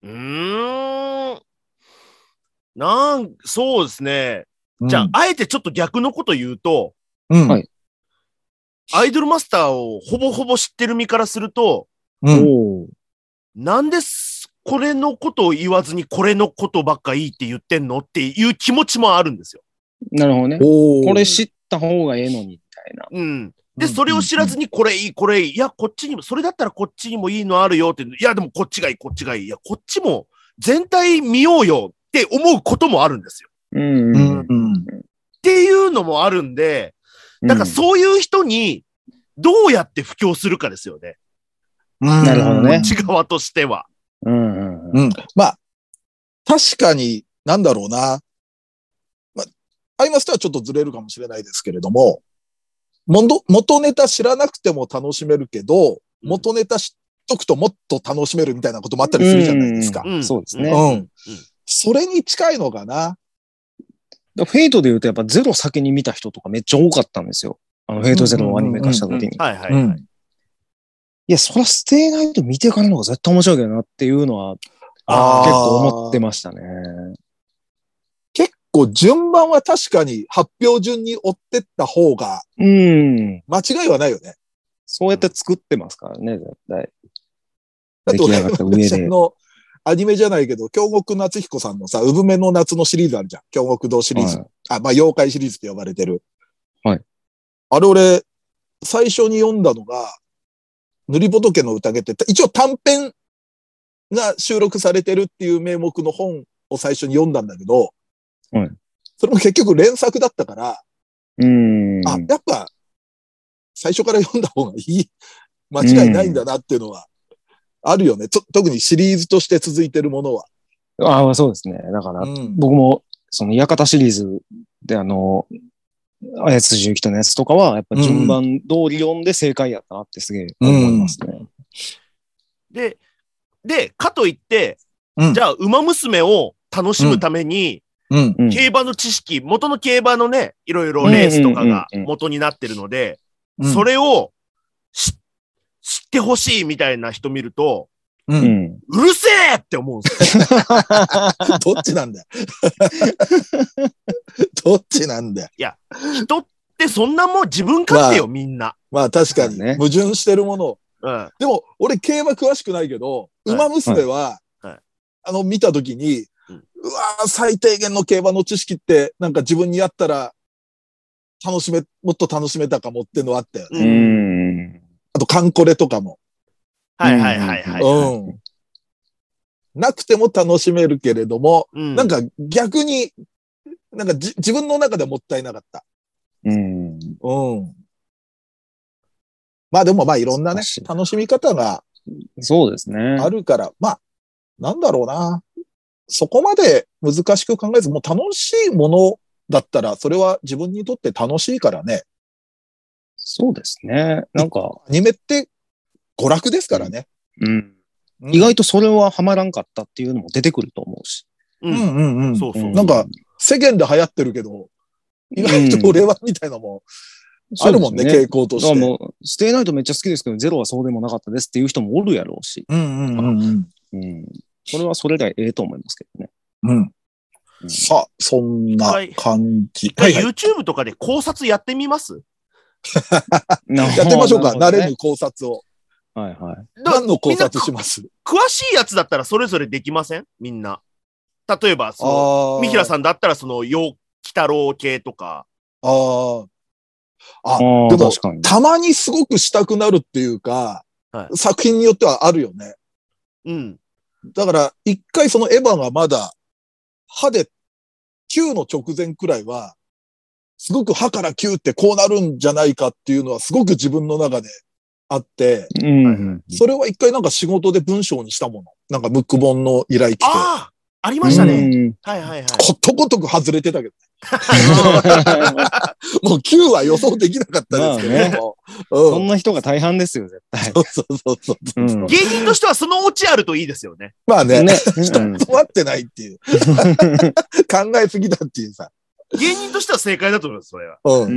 そうですね。じゃあ、あえてちょっと逆のこと言うと、 はい。 アイドルマスターをほぼほぼ知ってる身からすると、なんでこれのことを言わずにこれのことばっかいいって言ってんのっていう気持ちもあるんですよ。 なるほどね。これ知った方がええのに、みたいな。 で、それを知らずにこれいい、これいい。いや、こっちにも、それだったらこっちにもいいのあるよって。いや、でもこっちがいい、こっちがいい。いや、こっちも全体見ようよって思うこともあるんですよ。っていうのもあるんで、だからそういう人にどうやって布教するかですよね。 なるほどね。 こっち側としては。 まあ、確かに、なんだろうな。アイマスとはちょっとずれるかもしれないですけれども、元ネタ知らなくても楽しめるけど、元ネタ知っとくともっと楽しめるみたいなこともあったりするじゃないですか。 そうですね。 それに近いのかな。 フェイトで言うとやっぱゼロ先に見た人とかめっちゃ多かったんですよ。フェイトゼロをアニメ化した時に。いや、そらステイナイト見てからの方が絶対面白いけどなっていうのは、結構思ってましたね。 結構順番は確かに発表順に追ってった方が、間違いはないよね。 そうやって作ってますからね、絶対。 だって俺のアニメじゃないけど、京極夏彦さんのさ、産めの夏のシリーズあるじゃん。京極堂シリーズ。妖怪シリーズって呼ばれてる。 はい。 あれ俺、最初に読んだのが、塗り仏の宴って、一応短編が収録されてるっていう名目の本を最初に読んだんだけど、それも結局連作だったから、やっぱ、最初から読んだ方がいい、間違いないんだなっていうのは、あるよね。特にシリーズとして続いてるものは。 そうですね。だから、僕も、その、館シリーズで綾辻ゆきとのやつとかは、やっぱ順番通り読んで正解やったなってすげえ思いますね。 で、かといって、じゃあ、馬娘を楽しむために、競馬の知識、元の競馬のね、いろいろレースとかが元になってるので、それを知ってほしいみたいな人見ると、うるせえって思うんですよ。 どっちなんだよ。どっちなんだよ。 いや、人ってそんなもん自分勝手よ、みんな。 まあ確かに、矛盾してるものを。でも、俺競馬詳しくないけど、馬娘は、見たときに、うわー、最低限の競馬の知識って、なんか自分にやったら、もっと楽しめたかもっていうのはあったよね。あと、カンコレとかも。なくても楽しめるけれども、なんか逆に、なんか自分の中でもったいなかった。 まあでもまあいろんなね、楽しみ方がそうですね。 あるから、まあ、なんだろうな。そこまで難しく考えず、もう楽しいものだったら、それは自分にとって楽しいからね。 そうですね。なんか。 アニメって娯楽ですからね。 うん。意外とそれはハマらんかったっていうのも出てくると思うし。 そうそう。なんか、世間で流行ってるけど、意外と俺はみたいなもん、あるもんね、傾向として。 もう、ステイナイトめっちゃ好きですけど、ゼロはそうでもなかったですっていう人もおるやろうし。それはそれでええと思いますけどね。 さあ、そんな感じ。 YouTube とかで考察やってみますやってみましょうか。慣れぬ考察を。 はいはい。 何の考察します？ 詳しいやつだったらそれぞれできません？みんな。例えば、三平さんだったら、陽気太郎系とか。 でも、たまにすごくしたくなるっていうか、作品によってはあるよね。だから、一回そのエヴァがまだ、歯で、9の直前くらいは、すごく歯から9ってこうなるんじゃないかっていうのはすごく自分の中であって、それは一回なんか仕事で文章にしたもの。なんかムック本の依頼来て。 ありましたね。 ことごとく外れてたけど。もう9は予想できなかったですけど。 そんな人が大半ですよ、絶対。 そう。 芸人としてはそのオチあるといいですよね。 まあね。一つも合ってないっていう。考えすぎだっていうさ。 芸人としては正解だと思います、それは。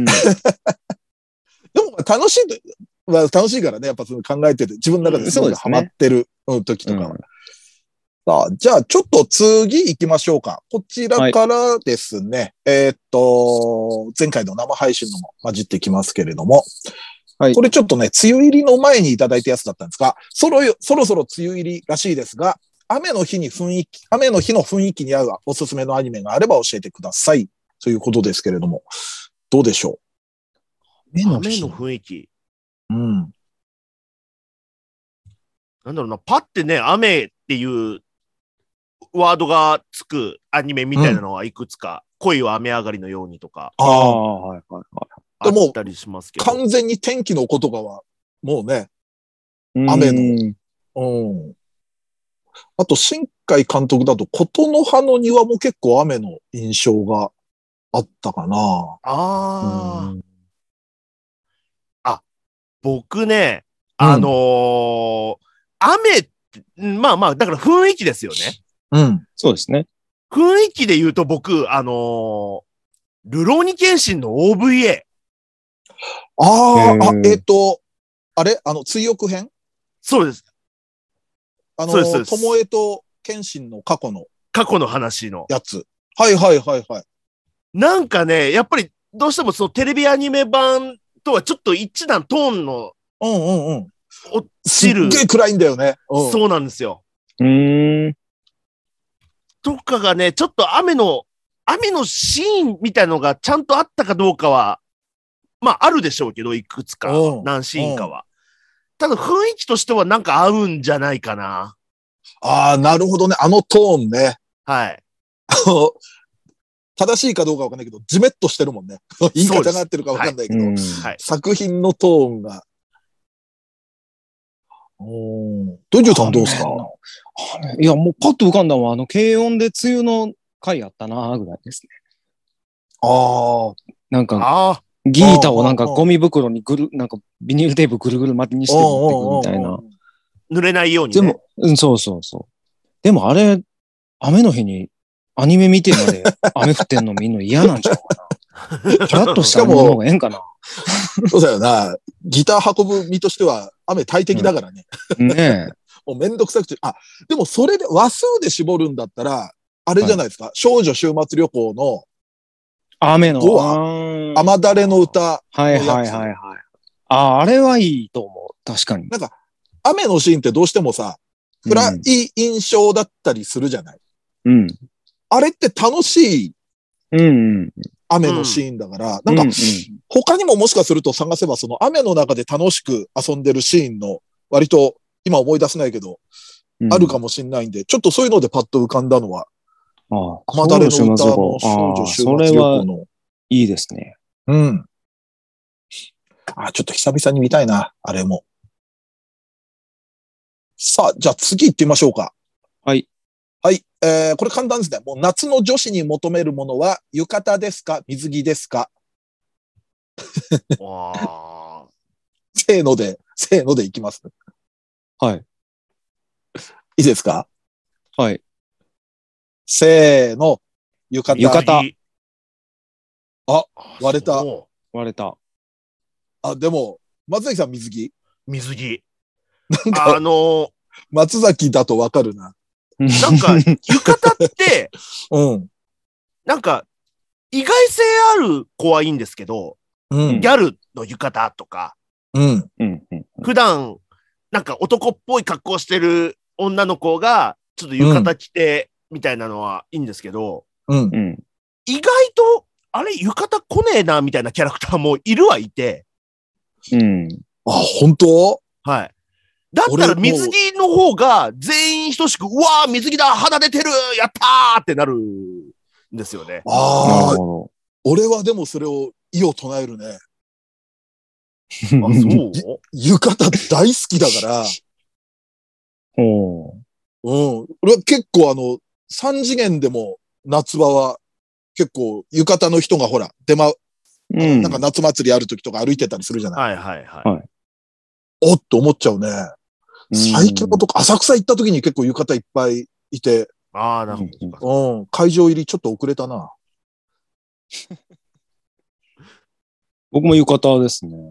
でも楽しいからね、やっぱその考えてて、自分の中ですごくハマってる時とかは。さあ、じゃあちょっと次行きましょうか。こちらからですね、前回の生配信のも混じってきますけれども、これちょっとね、梅雨入りの前にいただいたやつだったんですが、そろそろ梅雨入りらしいですが、雨の日の雰囲気に合うおすすめのアニメがあれば教えてください。ということですけれども、どうでしょう？雨の雰囲気。なんだろうな、パってね、雨っていうワードがつくアニメみたいなのはいくつか、恋は雨上がりのようにとか。あったりしますけど。 完全に天気の子とかは、もうね、雨の。あと、新海監督だと、琴の葉の庭も結構雨の印象があったかな。 僕ね、雨、まあまあ、だから雰囲気ですよね。 そうですね。 雰囲気で言うと僕、ルローニケンシンの OVA。 あれ追憶編？ そうです。 ともえとケンシンの過去の話のやつ。はい。 なんかね、やっぱりどうしてもそのテレビアニメ版とはちょっと一段トーンの落ちる。 すっげえ暗いんだよね。 そうなんですよ。とかがね、ちょっと雨のシーンみたいのがちゃんとあったかどうかは、まああるでしょうけど、いくつか、何シーンかは。ただ雰囲気としてはなんか合うんじゃないかな。 なるほどね。あのトーンね。 はい。 正しいかどうかわかんないけど、ジメッとしてるもんね。言い方が合ってるかわかんないけど、作品のトーンが。ドジュさんどうですか？ いや、もうパッと浮かんだのは、軽音で梅雨の回あったな、ぐらいですね。なんか、ギータをなんかゴミ袋になんかビニールテープぐるぐる巻きにして持ってくみたいな。 濡れないようにね。 でも、そう。でもあれ、雨の日にアニメ見てまで雨降ってんの見んの嫌なんちゃうかな。カラッとしたもの方がええんかな。 そうだよな。ギター運ぶ身としては雨大敵だからね。 ねえ。 もうめんどくさくて。でもそれで話数で絞るんだったら、あれじゃないですか。少女週末旅行の雨の雨だれの歌。 はい。あれはいいと思う。確かに。 なんか、雨のシーンってどうしてもさ、暗い印象だったりするじゃない。あれって楽しい雨のシーンだから、なんか、他にももしかすると探せば、その雨の中で楽しく遊んでるシーンの、割と今思い出せないけど、あるかもしれないんで、ちょっとそういうのでパッと浮かんだのは、雨だれの歌の少女週末旅行の。 いいですね。 ちょっと久々に見たいな、あれも。さあ、じゃあ次行ってみましょうか。 はい。 はい。これ簡単ですね。もう夏の女子に求めるものは、浴衣ですか水着ですか？ わせーのでいきます。 はい。 いいですか？ はい。 せーの。浴衣。 浴衣。 割れた。 割れた。 でも、松崎さん水着？ 水着。 なんか、松崎だとわかるな。 なんか、浴衣って、なんか、意外性ある子はいいんですけど、ギャルの浴衣とか、普段、なんか男っぽい格好してる女の子が、ちょっと浴衣着て、みたいなのはいいんですけど、意外と、あれ、浴衣来ねえな、みたいなキャラクターもいるはいて。 本当？ はい。だったら水着の方が全員等しく、うわー水着だ肌出てるやったーってなるんですよね。 俺はでもそれを異を唱えるね。 そう？ 浴衣大好きだから。俺は結構3次元でも夏場は結構浴衣の人がほら、なんか夏祭りある時とか歩いてたりするじゃない。おっと思っちゃうね。最近もとか浅草行った時に結構浴衣いっぱいいて。 なるほど。会場入りちょっと遅れたな。 僕も浴衣ですね。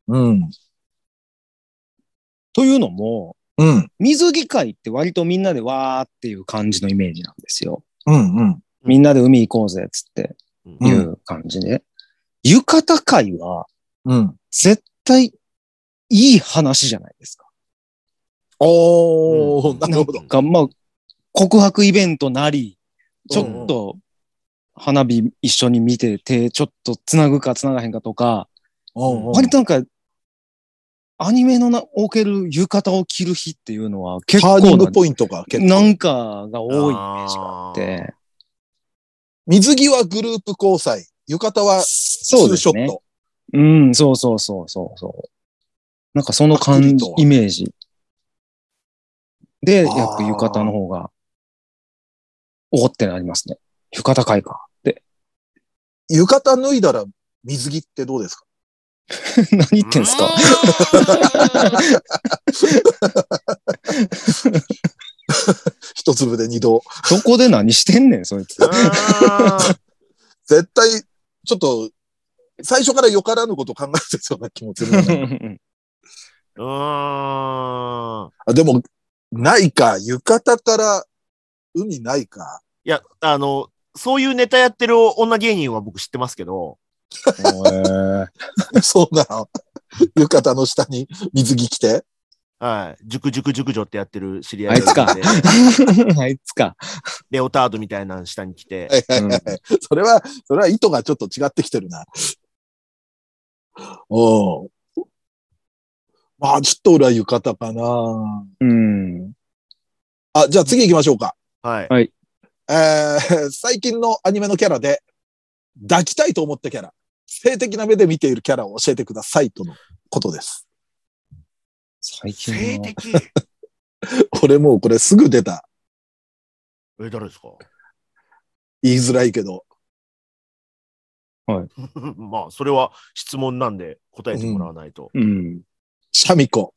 というのも、水着会って割とみんなでわーっていう感じのイメージなんですよ。みんなで海行こうぜっつっていう感じで。浴衣会は、絶対いい話じゃないですか。 なるほど。 なんかまあ、告白イベントなり、ちょっと花火一緒に見てて、ちょっと繋ぐか繋がへんかとか、割となんか、アニメのおける浴衣を着る日っていうのは結構ターニングポイントが結構なんかが多いイメージがあって。 水着はグループ交際、浴衣はツーショット。 そう。なんかそのイメージ。で、やっぱ浴衣の方が、おってなりますね。浴衣会かって。 浴衣脱いだら水着ってどうですか？ 何言ってんすか？ 一粒で二度。 どこで何してんねん、そいつ。 絶対、ちょっと、最初からよからぬことを考えてそうな気もする、ね。でも、ないか。浴衣から海ないか。 いや、そういうネタやってる女芸人は僕知ってますけど。 そうなの。浴衣の下に水着着て。 はい。熟女ってやってる知り合いあいつか。あいつか。 レオタードみたいな下に着て。 それは意図がちょっと違ってきてるな。まあ、ちょっと俺は浴衣かな。じゃあ次行きましょうか。 はい。 最近のアニメのキャラで、抱きたいと思ったキャラ、性的な目で見ているキャラを教えてくださいとのことです。 最近性的俺もうこれすぐ出た。 誰ですか？ 言いづらいけど。 はい。 まあ、それは質問なんで答えてもらわないと。 シャミ子。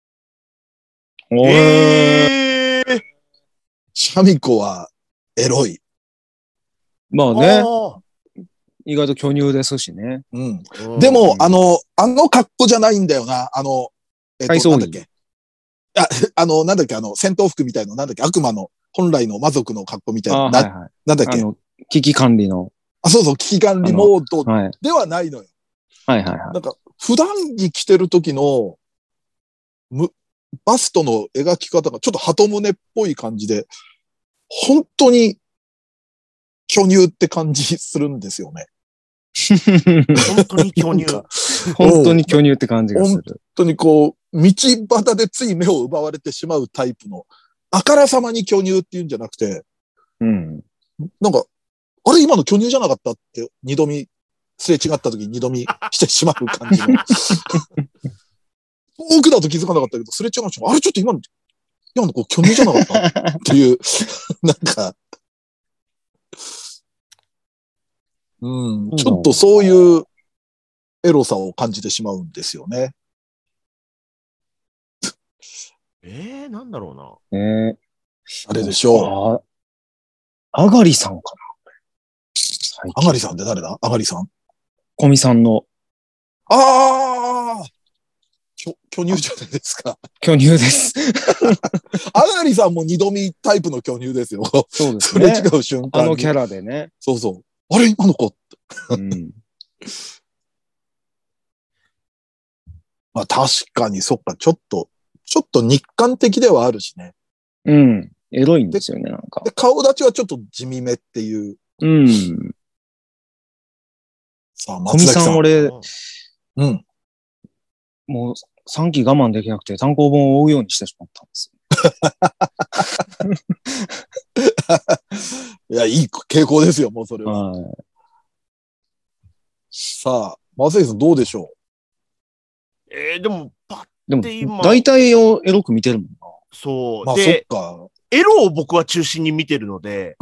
シャミ子はエロい。 まあね。意外と巨乳ですしね。 でも、あの格好じゃないんだよな。なんだっけ。なんだっけ、戦闘服みたいの、なんだっけ、悪魔の本来の魔族の格好みたいな。なんだっけ。 危機管理の。 そう、危機管理モードではないのよ。なんか、普段着着てる時の、バストの描き方がちょっと鳩胸っぽい感じで、本当に巨乳って感じするんですよね。 本当に巨乳。 本当に巨乳って感じがする。 本当にこう、道端でつい目を奪われてしまうタイプの、あからさまに巨乳っていうんじゃなくて、なんか、あれ今の巨乳じゃなかったって二度見すれ違った時に二度見してしまう感じの。遠くだと気づかなかったけど、すれ違う人あれちょっと今の子巨乳じゃなかったっていう、なんか、ちょっとそういうエロさを感じてしまうんですよね。 なんだろうな。 あれでしょう。 あがりさんかな。あがりさんって誰だ？あがりさん？ 小見さんの。 ああ巨乳じゃないですか。 巨乳です。 あがりさんも二度見タイプの巨乳ですよ。 そうですね。 それ違う瞬間に。 あのキャラでね。 そうそう。あれ今の子って。まあ確かに、そっか、ちょっと日韓的ではあるしね。 エロいんですよね、なんか。 で、顔立ちはちょっと地味めっていう。さあ、松崎さん。 俺、もう3期我慢できなくて単行本を追うようにしてしまったんですよ。いや、いい傾向ですよ、もうそれは。さあ、松崎さんどうでしょう？でも、パッて今。大体をエロく見てるもんな。 そう。 まあ、そっか。 エロを僕は中心に見てるので、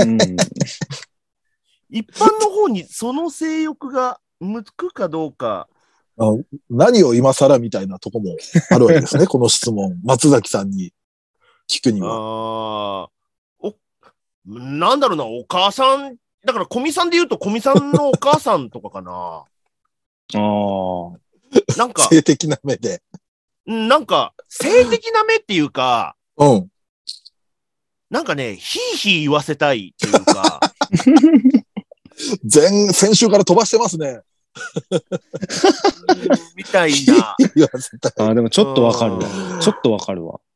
一般の方にその性欲が向くかどうか。 何を今更みたいなとこもあるわけですね、この質問。松崎さんに聞くには。 なんだろうな、お母さん、だから小見さんで言うと小見さんのお母さんとかかな。なんか。 性的な目で。 なんか、性的な目っていうか、なんかね、ひいひい言わせたいっていうか。 先週から飛ばしてますね。 みたいな。 でもちょっとわかるわ。ちょっとわかるわ。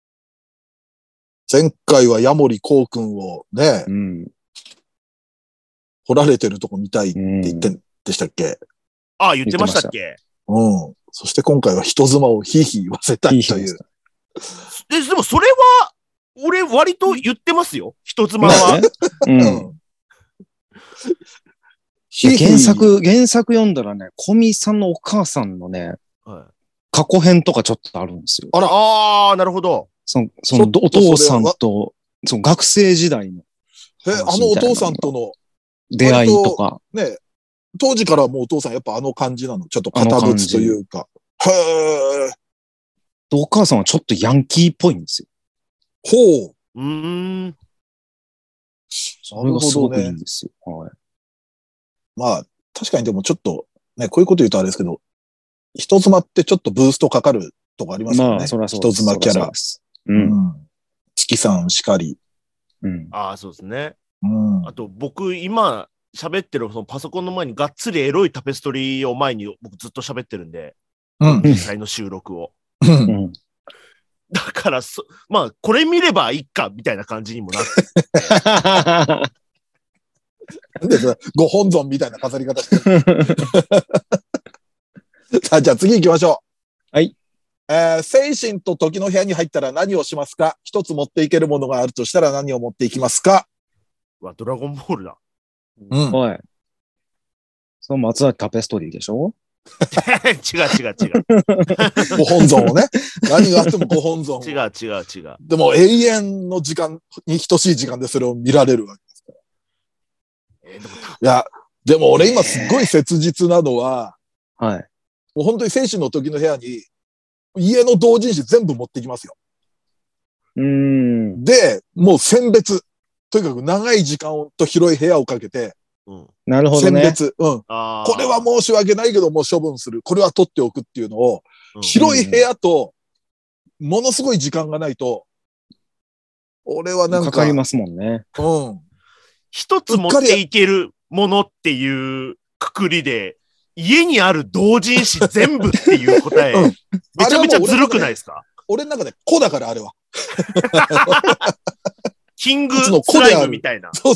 前回はヤモリコウ君をね、掘られてるとこ見たいって言ってんでしたっけ？ 言ってましたっけ？ そして今回は人妻をひいひい言わせたいという。 でもそれは、俺割と言ってますよ。人妻は。 原作読んだらね、小見さんのお母さんのね、過去編とかちょっとあるんですよ。 なるほど。 そのお父さんと、その学生時代の。 あのお父さんとの出会いとか。 ね、当時からもうお父さんやっぱあの感じなの。ちょっと堅物というか。へー。 お母さんはちょっとヤンキーっぽいんですよ。 ほう。 それがすごくいいんですよ。 まあ、確かにでもちょっと、ね、こういうこと言うとあれですけど、人妻ってちょっとブーストかかるとこありますよね。人妻キャラ。月さんしかり。 そうですね。あと、僕、今、喋ってるそのパソコンの前にがっつりエロいタペストリーを前に僕ずっと喋ってるんで、実際の収録を。だからまあ、これ見ればいいか、みたいな感じにもなって。 なんでご本尊みたいな飾り方してる。さあ、じゃあ次行きましょう。はい。 精神と時の部屋に入ったら何をしますか？一つ持っていけるものがあるとしたら何を持っていきますか？ ドラゴンボールだ。 はい。その松崎タペストリーでしょ？ 違う。 ご本尊をね。何があってもご本尊を。 違う。 でも永遠の時間に等しい時間でそれを見られるわけですから。いや、でも俺今すっごい切実なのは、もう本当に精神の時の部屋に家の同人誌全部持ってきますよ。で、もう選別。とにかく長い時間と広い部屋をかけて、 なるほどね。 選別。これは申し訳ないけどもう処分する。これは取っておくっていうのを、広い部屋と、ものすごい時間がないと、俺はなんか。 かかりますもんね。 一つ持っていけるものっていうくくりで、家にある同人誌全部っていう答え、めちゃめちゃずるくないですか？ 俺の中で子だからあれは。 キングスライムみたいな。 そう。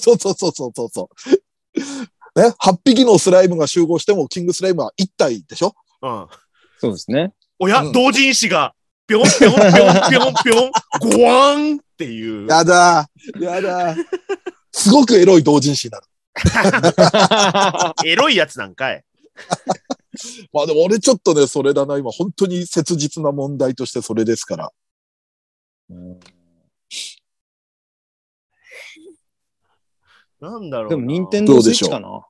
ね、8匹のスライムが集合しても、キングスライムは1体でしょ？ そうですね。 同人誌が、ぴょん、ごわんっていう。 やだ。すごくエロい同人誌になる。 エロいやつなんかい。 まあでも俺ちょっとね、それだな。今本当に切実な問題としてそれですから。 なんだろうな。 でも、任天堂スイッチかな。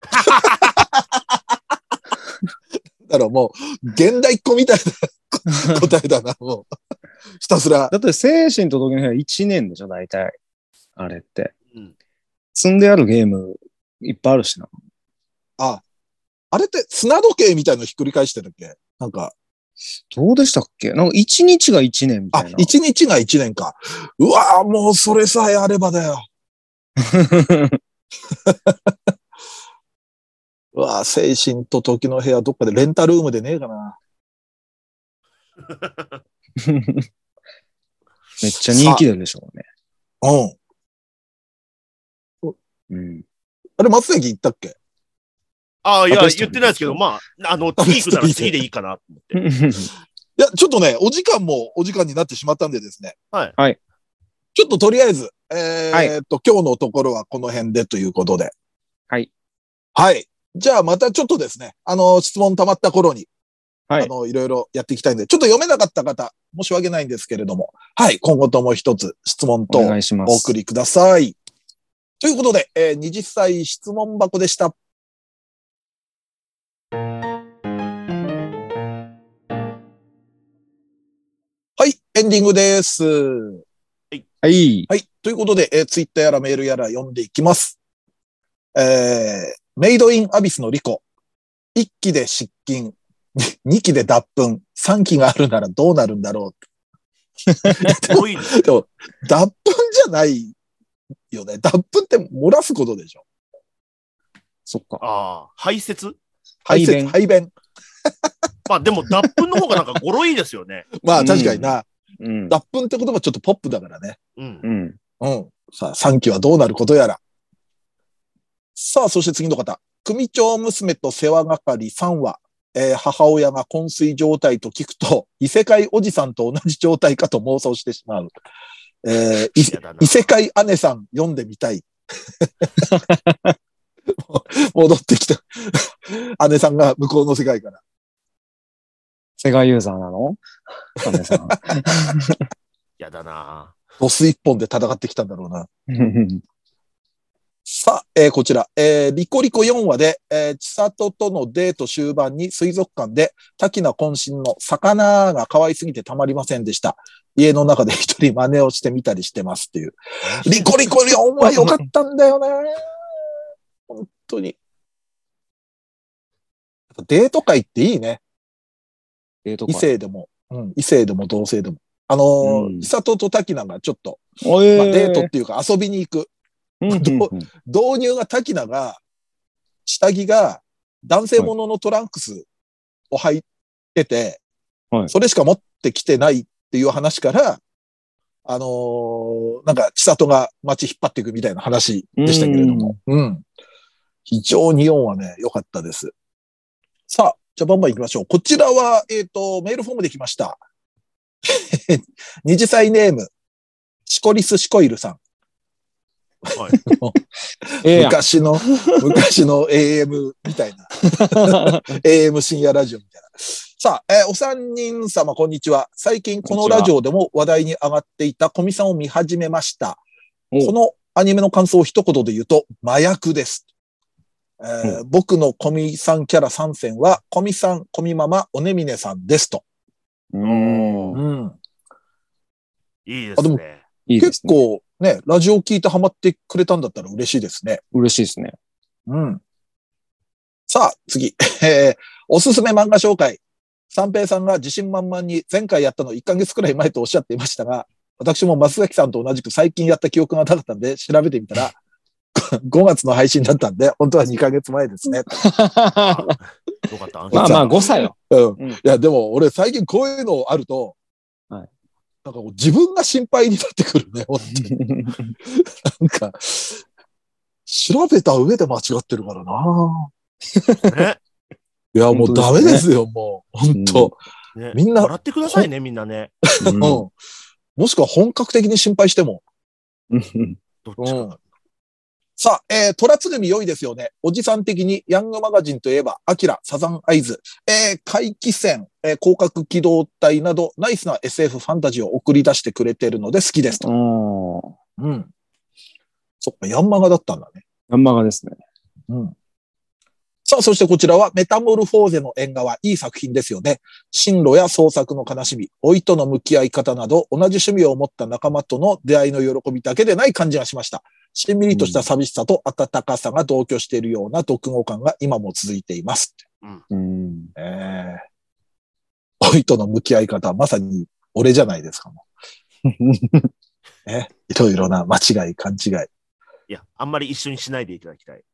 だからもう、現代っ子みたいな答えだな、もう。ひたすら。 だって、精神と時の部屋1年でしょ、大体。あれって。 うん、 積んであるゲームいっぱいあるしな。 あれって砂時計みたいのひっくり返してたっけ？なんか。 どうでしたっけ？なんか1日が1年みたいな。 1日が1年か。うわぁ、もうそれさえあればだよ。うわぁ、精神と時の部屋どっかでレンタルームでねえかな。 めっちゃ人気出るでしょうね。 うん。あれ、松崎行ったっけ？ ああ、いや、言ってないですけど、まあ、次行くなら次でいいかなと思って。 いや、ちょっとね、お時間になってしまったんでですね。 はい。 はい。 ちょっととりあえず、 はい、 今日のところはこの辺でということで。 はい。 はい。じゃあまたちょっとですね、質問溜まった頃に、 はい。 いろいろやっていきたいんで、ちょっと読めなかった方、申し訳ないんですけれども、はい、今後とも一つ質問とお送りください。ということで、20歳質問箱でした。はい、エンディングです。はい。はい。ということで、ツイッターやらメールやら読んでいきます。メイドインアビスのリコ。1期で失禁。2期で脱粉。3期があるならどうなるんだろう。でも、脱粉じゃないよね。脱粉って漏らすことでしょ。 そっか。 ああ、排泄。 排便。 まあでも脱粉の方がなんか語呂いいですよね。 まあ確かにな。 うん、 脱粉って言葉ちょっとポップだからね。 うん。 うん。さあ、3期はどうなることやら。さあ、そして次の方。組長娘と世話係3話。母親が昏睡状態と聞くと、異世界おじさんと同じ状態かと妄想してしまう。異世界姉さん読んでみたい。戻ってきた。姉さんが向こうの世界から。 セガユーザーなの？姉さん。 やだなぁ。 ボス一本で戦ってきたんだろうな。さあ、こちら、リコリコ4話で、千里とのデート終盤に水族館で、滝名渾身の魚が可愛すぎてたまりませんでした。家の中で一人真似をしてみたりしてますっていう。リコリコ4話良かったんだよね。本当に。デート会っていいね。異性でも、異性でも同性でも。千里と滝名がちょっと、デートっていうか遊びに行く。導入が滝名が、下着が男性もののトランクスを履いてて、それしか持ってきてないっていう話から、なんか千里が街引っ張っていくみたいな話でしたけれども、非常に4はね、良かったです。さあ、じゃあバンバン行きましょう。こちらは、メールフォームで来ました。20歳ネーム、シコリスシコイルさん。はい、昔の AM みたいな。AM 深夜ラジオみたいな。さあ、お三人様こんにちは。最近このラジオでも話題に上がっていたコミさんを見始めました。このアニメの感想を一言で言うと、麻薬です。僕のコミさんキャラ参戦は、コミさん、コミママ、おねみねさんですと。 いいですね。 結構ね、ラジオ聞いてハマってくれたんだったら嬉しいですね。 嬉しいですね。 さあ、次。おすすめ漫画紹介。三平さんが自信満々に前回やったの1ヶ月くらい前とおっしゃっていましたが、私も増崎さんと同じく最近やった記憶がなかったんで調べてみたら、5月の配信だったんで、本当は2ヶ月前ですね。よかった。 まあ誤差よ。 いや、でも俺最近こういうのあると、なんか自分が心配になってくるね、本当に。なんか、調べた上で間違ってるからな。いや、もうダメですよ、もう。本当、みんな。 笑ってくださいね、みんなね。 もしくは本格的に心配しても。 どっちか。 さあ、虎つぐみ良いですよね。おじさん的にヤングマガジンといえば、アキラ、サザンアイズ、怪奇戦、広角機動隊など、ナイスな SF ファンタジーを送り出してくれているので好きですと。うん。そっか、ヤンマガだったんだね。 ヤンマガですね。 うん。さあ、そしてこちらはメタモルフォーゼの縁側、いい作品ですよね。進路や創作の悲しみ、老いとの向き合い方など、同じ趣味を持った仲間との出会いの喜びだけでない感じがしました。しんみりとした寂しさと温かさが同居しているような読後感が今も続いています。老いとの向き合い方、まさに俺じゃないですかも。いろいろな間違い、勘違い。 いや、あんまり一緒にしないでいただきたい。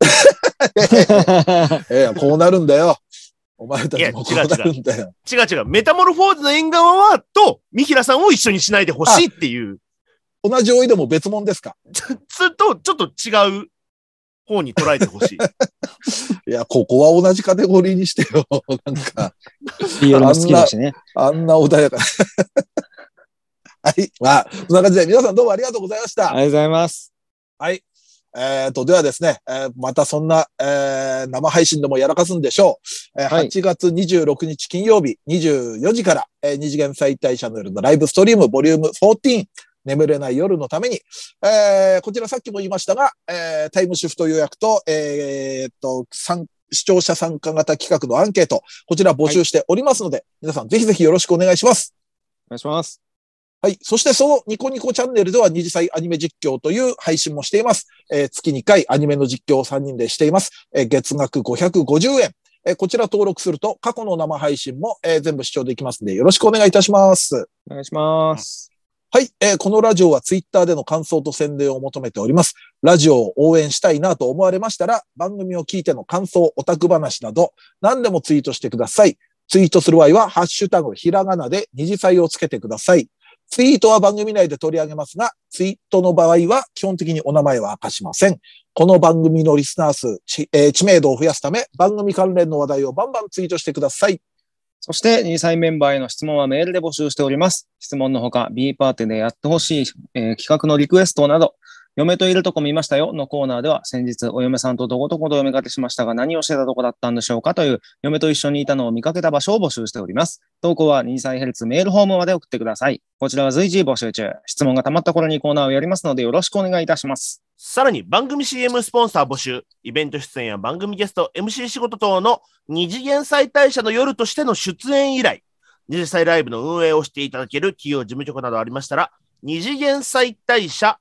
こうなるんだよ。お前たちもこうなるんだよ。 違う。メタモルフォーズの縁側は、三平さんを一緒にしないでほしいっていう。 同じ老いでも別物ですか？ ずっと、ちょっと違う方に捉えてほしい。 いや、ここは同じカテゴリーにしてよ。なんか。あんな穏やか。はい。まあ、そんな感じで皆さんどうもありがとうございました。 ありがとうございます。 はい。ではですね、またそんな、生配信でもやらかすんでしょう。8月26日金曜日24時から、二次元再退チャンネルのライブストリームボリューム14、眠れない夜のために、こちらさっきも言いましたが、タイムシフト予約と、視聴者参加型企画のアンケート、こちら募集しておりますので、皆さんぜひぜひよろしくお願いします。 お願いします。 はい。そしてそのニコニコチャンネルでは二次祭アニメ実況という配信もしています。月2回アニメの実況を3人でしています。月額550円。こちら登録すると過去の生配信も、全部視聴できますのでよろしくお願いいたします。 お願いします。 はい。このラジオはツイッターでの感想と宣伝を求めております。ラジオを応援したいなと思われましたら、番組を聞いての感想、オタク話など、何でもツイートしてください。ツイートする場合は、ハッシュタグひらがなで二次祭をつけてください。ツイートは番組内で取り上げますが、ツイートの場合は基本的にお名前は明かしません。この番組のリスナー数、知名度を増やすため、番組関連の話題をバンバンツイートしてください。 そして、二次祭メンバーへの質問はメールで募集しております。質問のほか、B パーティーでやってほしい、企画のリクエストなど、嫁といるとこ見ましたよのコーナーでは、先日お嫁さんとどことこと嫁かけしましたが、何をしてたとこだったんでしょうかという、嫁と一緒にいたのを見かけた場所を募集しております。投稿は二次祭ヘルツメールフォームまで送ってください。こちらは随時募集中。質問が溜まった頃にコーナーをやりますので、よろしくお願いいたします。 さらに番組 CM スポンサー募集、イベント出演や番組ゲスト、MC 仕事等の二次元再退社の夜としての出演依頼、二次祭ライブの運営をしていただける企業事務局などありましたら、二次元再退社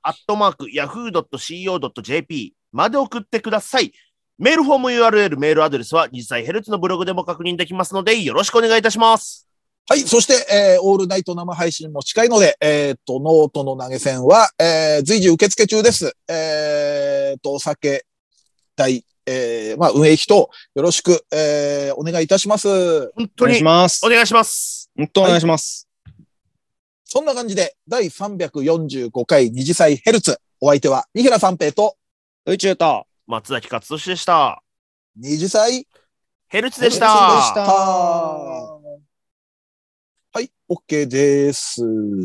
@yahoo.co.jp まで送ってください。メールフォーム URL、メールアドレスは二次祭ヘルツのブログでも確認できますので、よろしくお願いいたします。 はい。そして、オールナイト生配信も近いので、ノートの投げ銭は、随時受付中です。お酒代、運営費等、よろしく、お願いいたします。 本当に。お願いします。お願いします。 本当お願いします。 はい、そんな感じで、第345回二次祭ヘルツ。お相手は、三平三平と、 宇宙と、 松崎勝利でした。 二次祭ヘルツでした。 はい、OK です。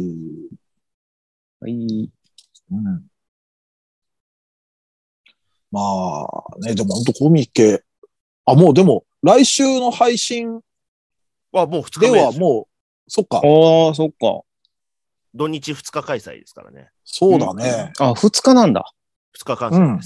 はい。 うん。まあ、ね、でも本当コミケ。もうでも、来週の配信はもう2日目ではもう、そっか。 そっか。 土日2日開催ですからね。 そうだね。 2日なんだ。 2日開催です。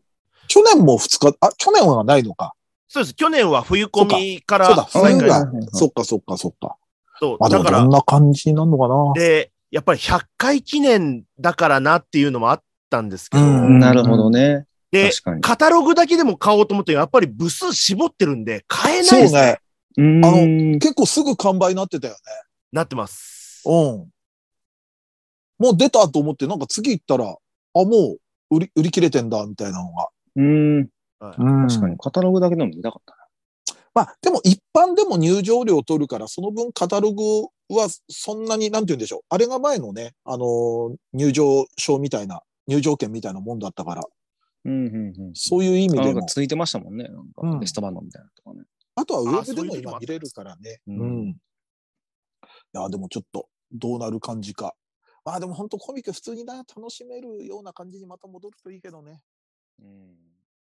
去年も2日、去年はないのか。 そうです。去年は冬込みからそうだ、 再開。 そっか。そう。 だから、 どんな感じになるのかな。 で、やっぱり100回記念だからなっていうのもあったんですけど。 なるほどね。 で、カタログだけでも買おうと思って、やっぱり部数絞ってるんで、買えないですね。 そうね。結構すぐ完売になってたよね。 なってます。 もう出たと思って、なんか次行ったら、もう売り切れてんだ、みたいなのが。 確かに、カタログだけでも見たかったな。 まあ、でも一般でも入場料を取るから、その分カタログはそんなに、なんて言うんでしょう。あれが前のね、入場証みたいな、入場券みたいなもんだったから。そういう意味でも。 ついてましたもんね。なんかベストバンドみたいなとかね。 あとはウェブでも今見れるからね。いや、でもちょっと、どうなる感じか。でも本当コミック普通に楽しめるような感じにまた戻るといいけどね。 うん。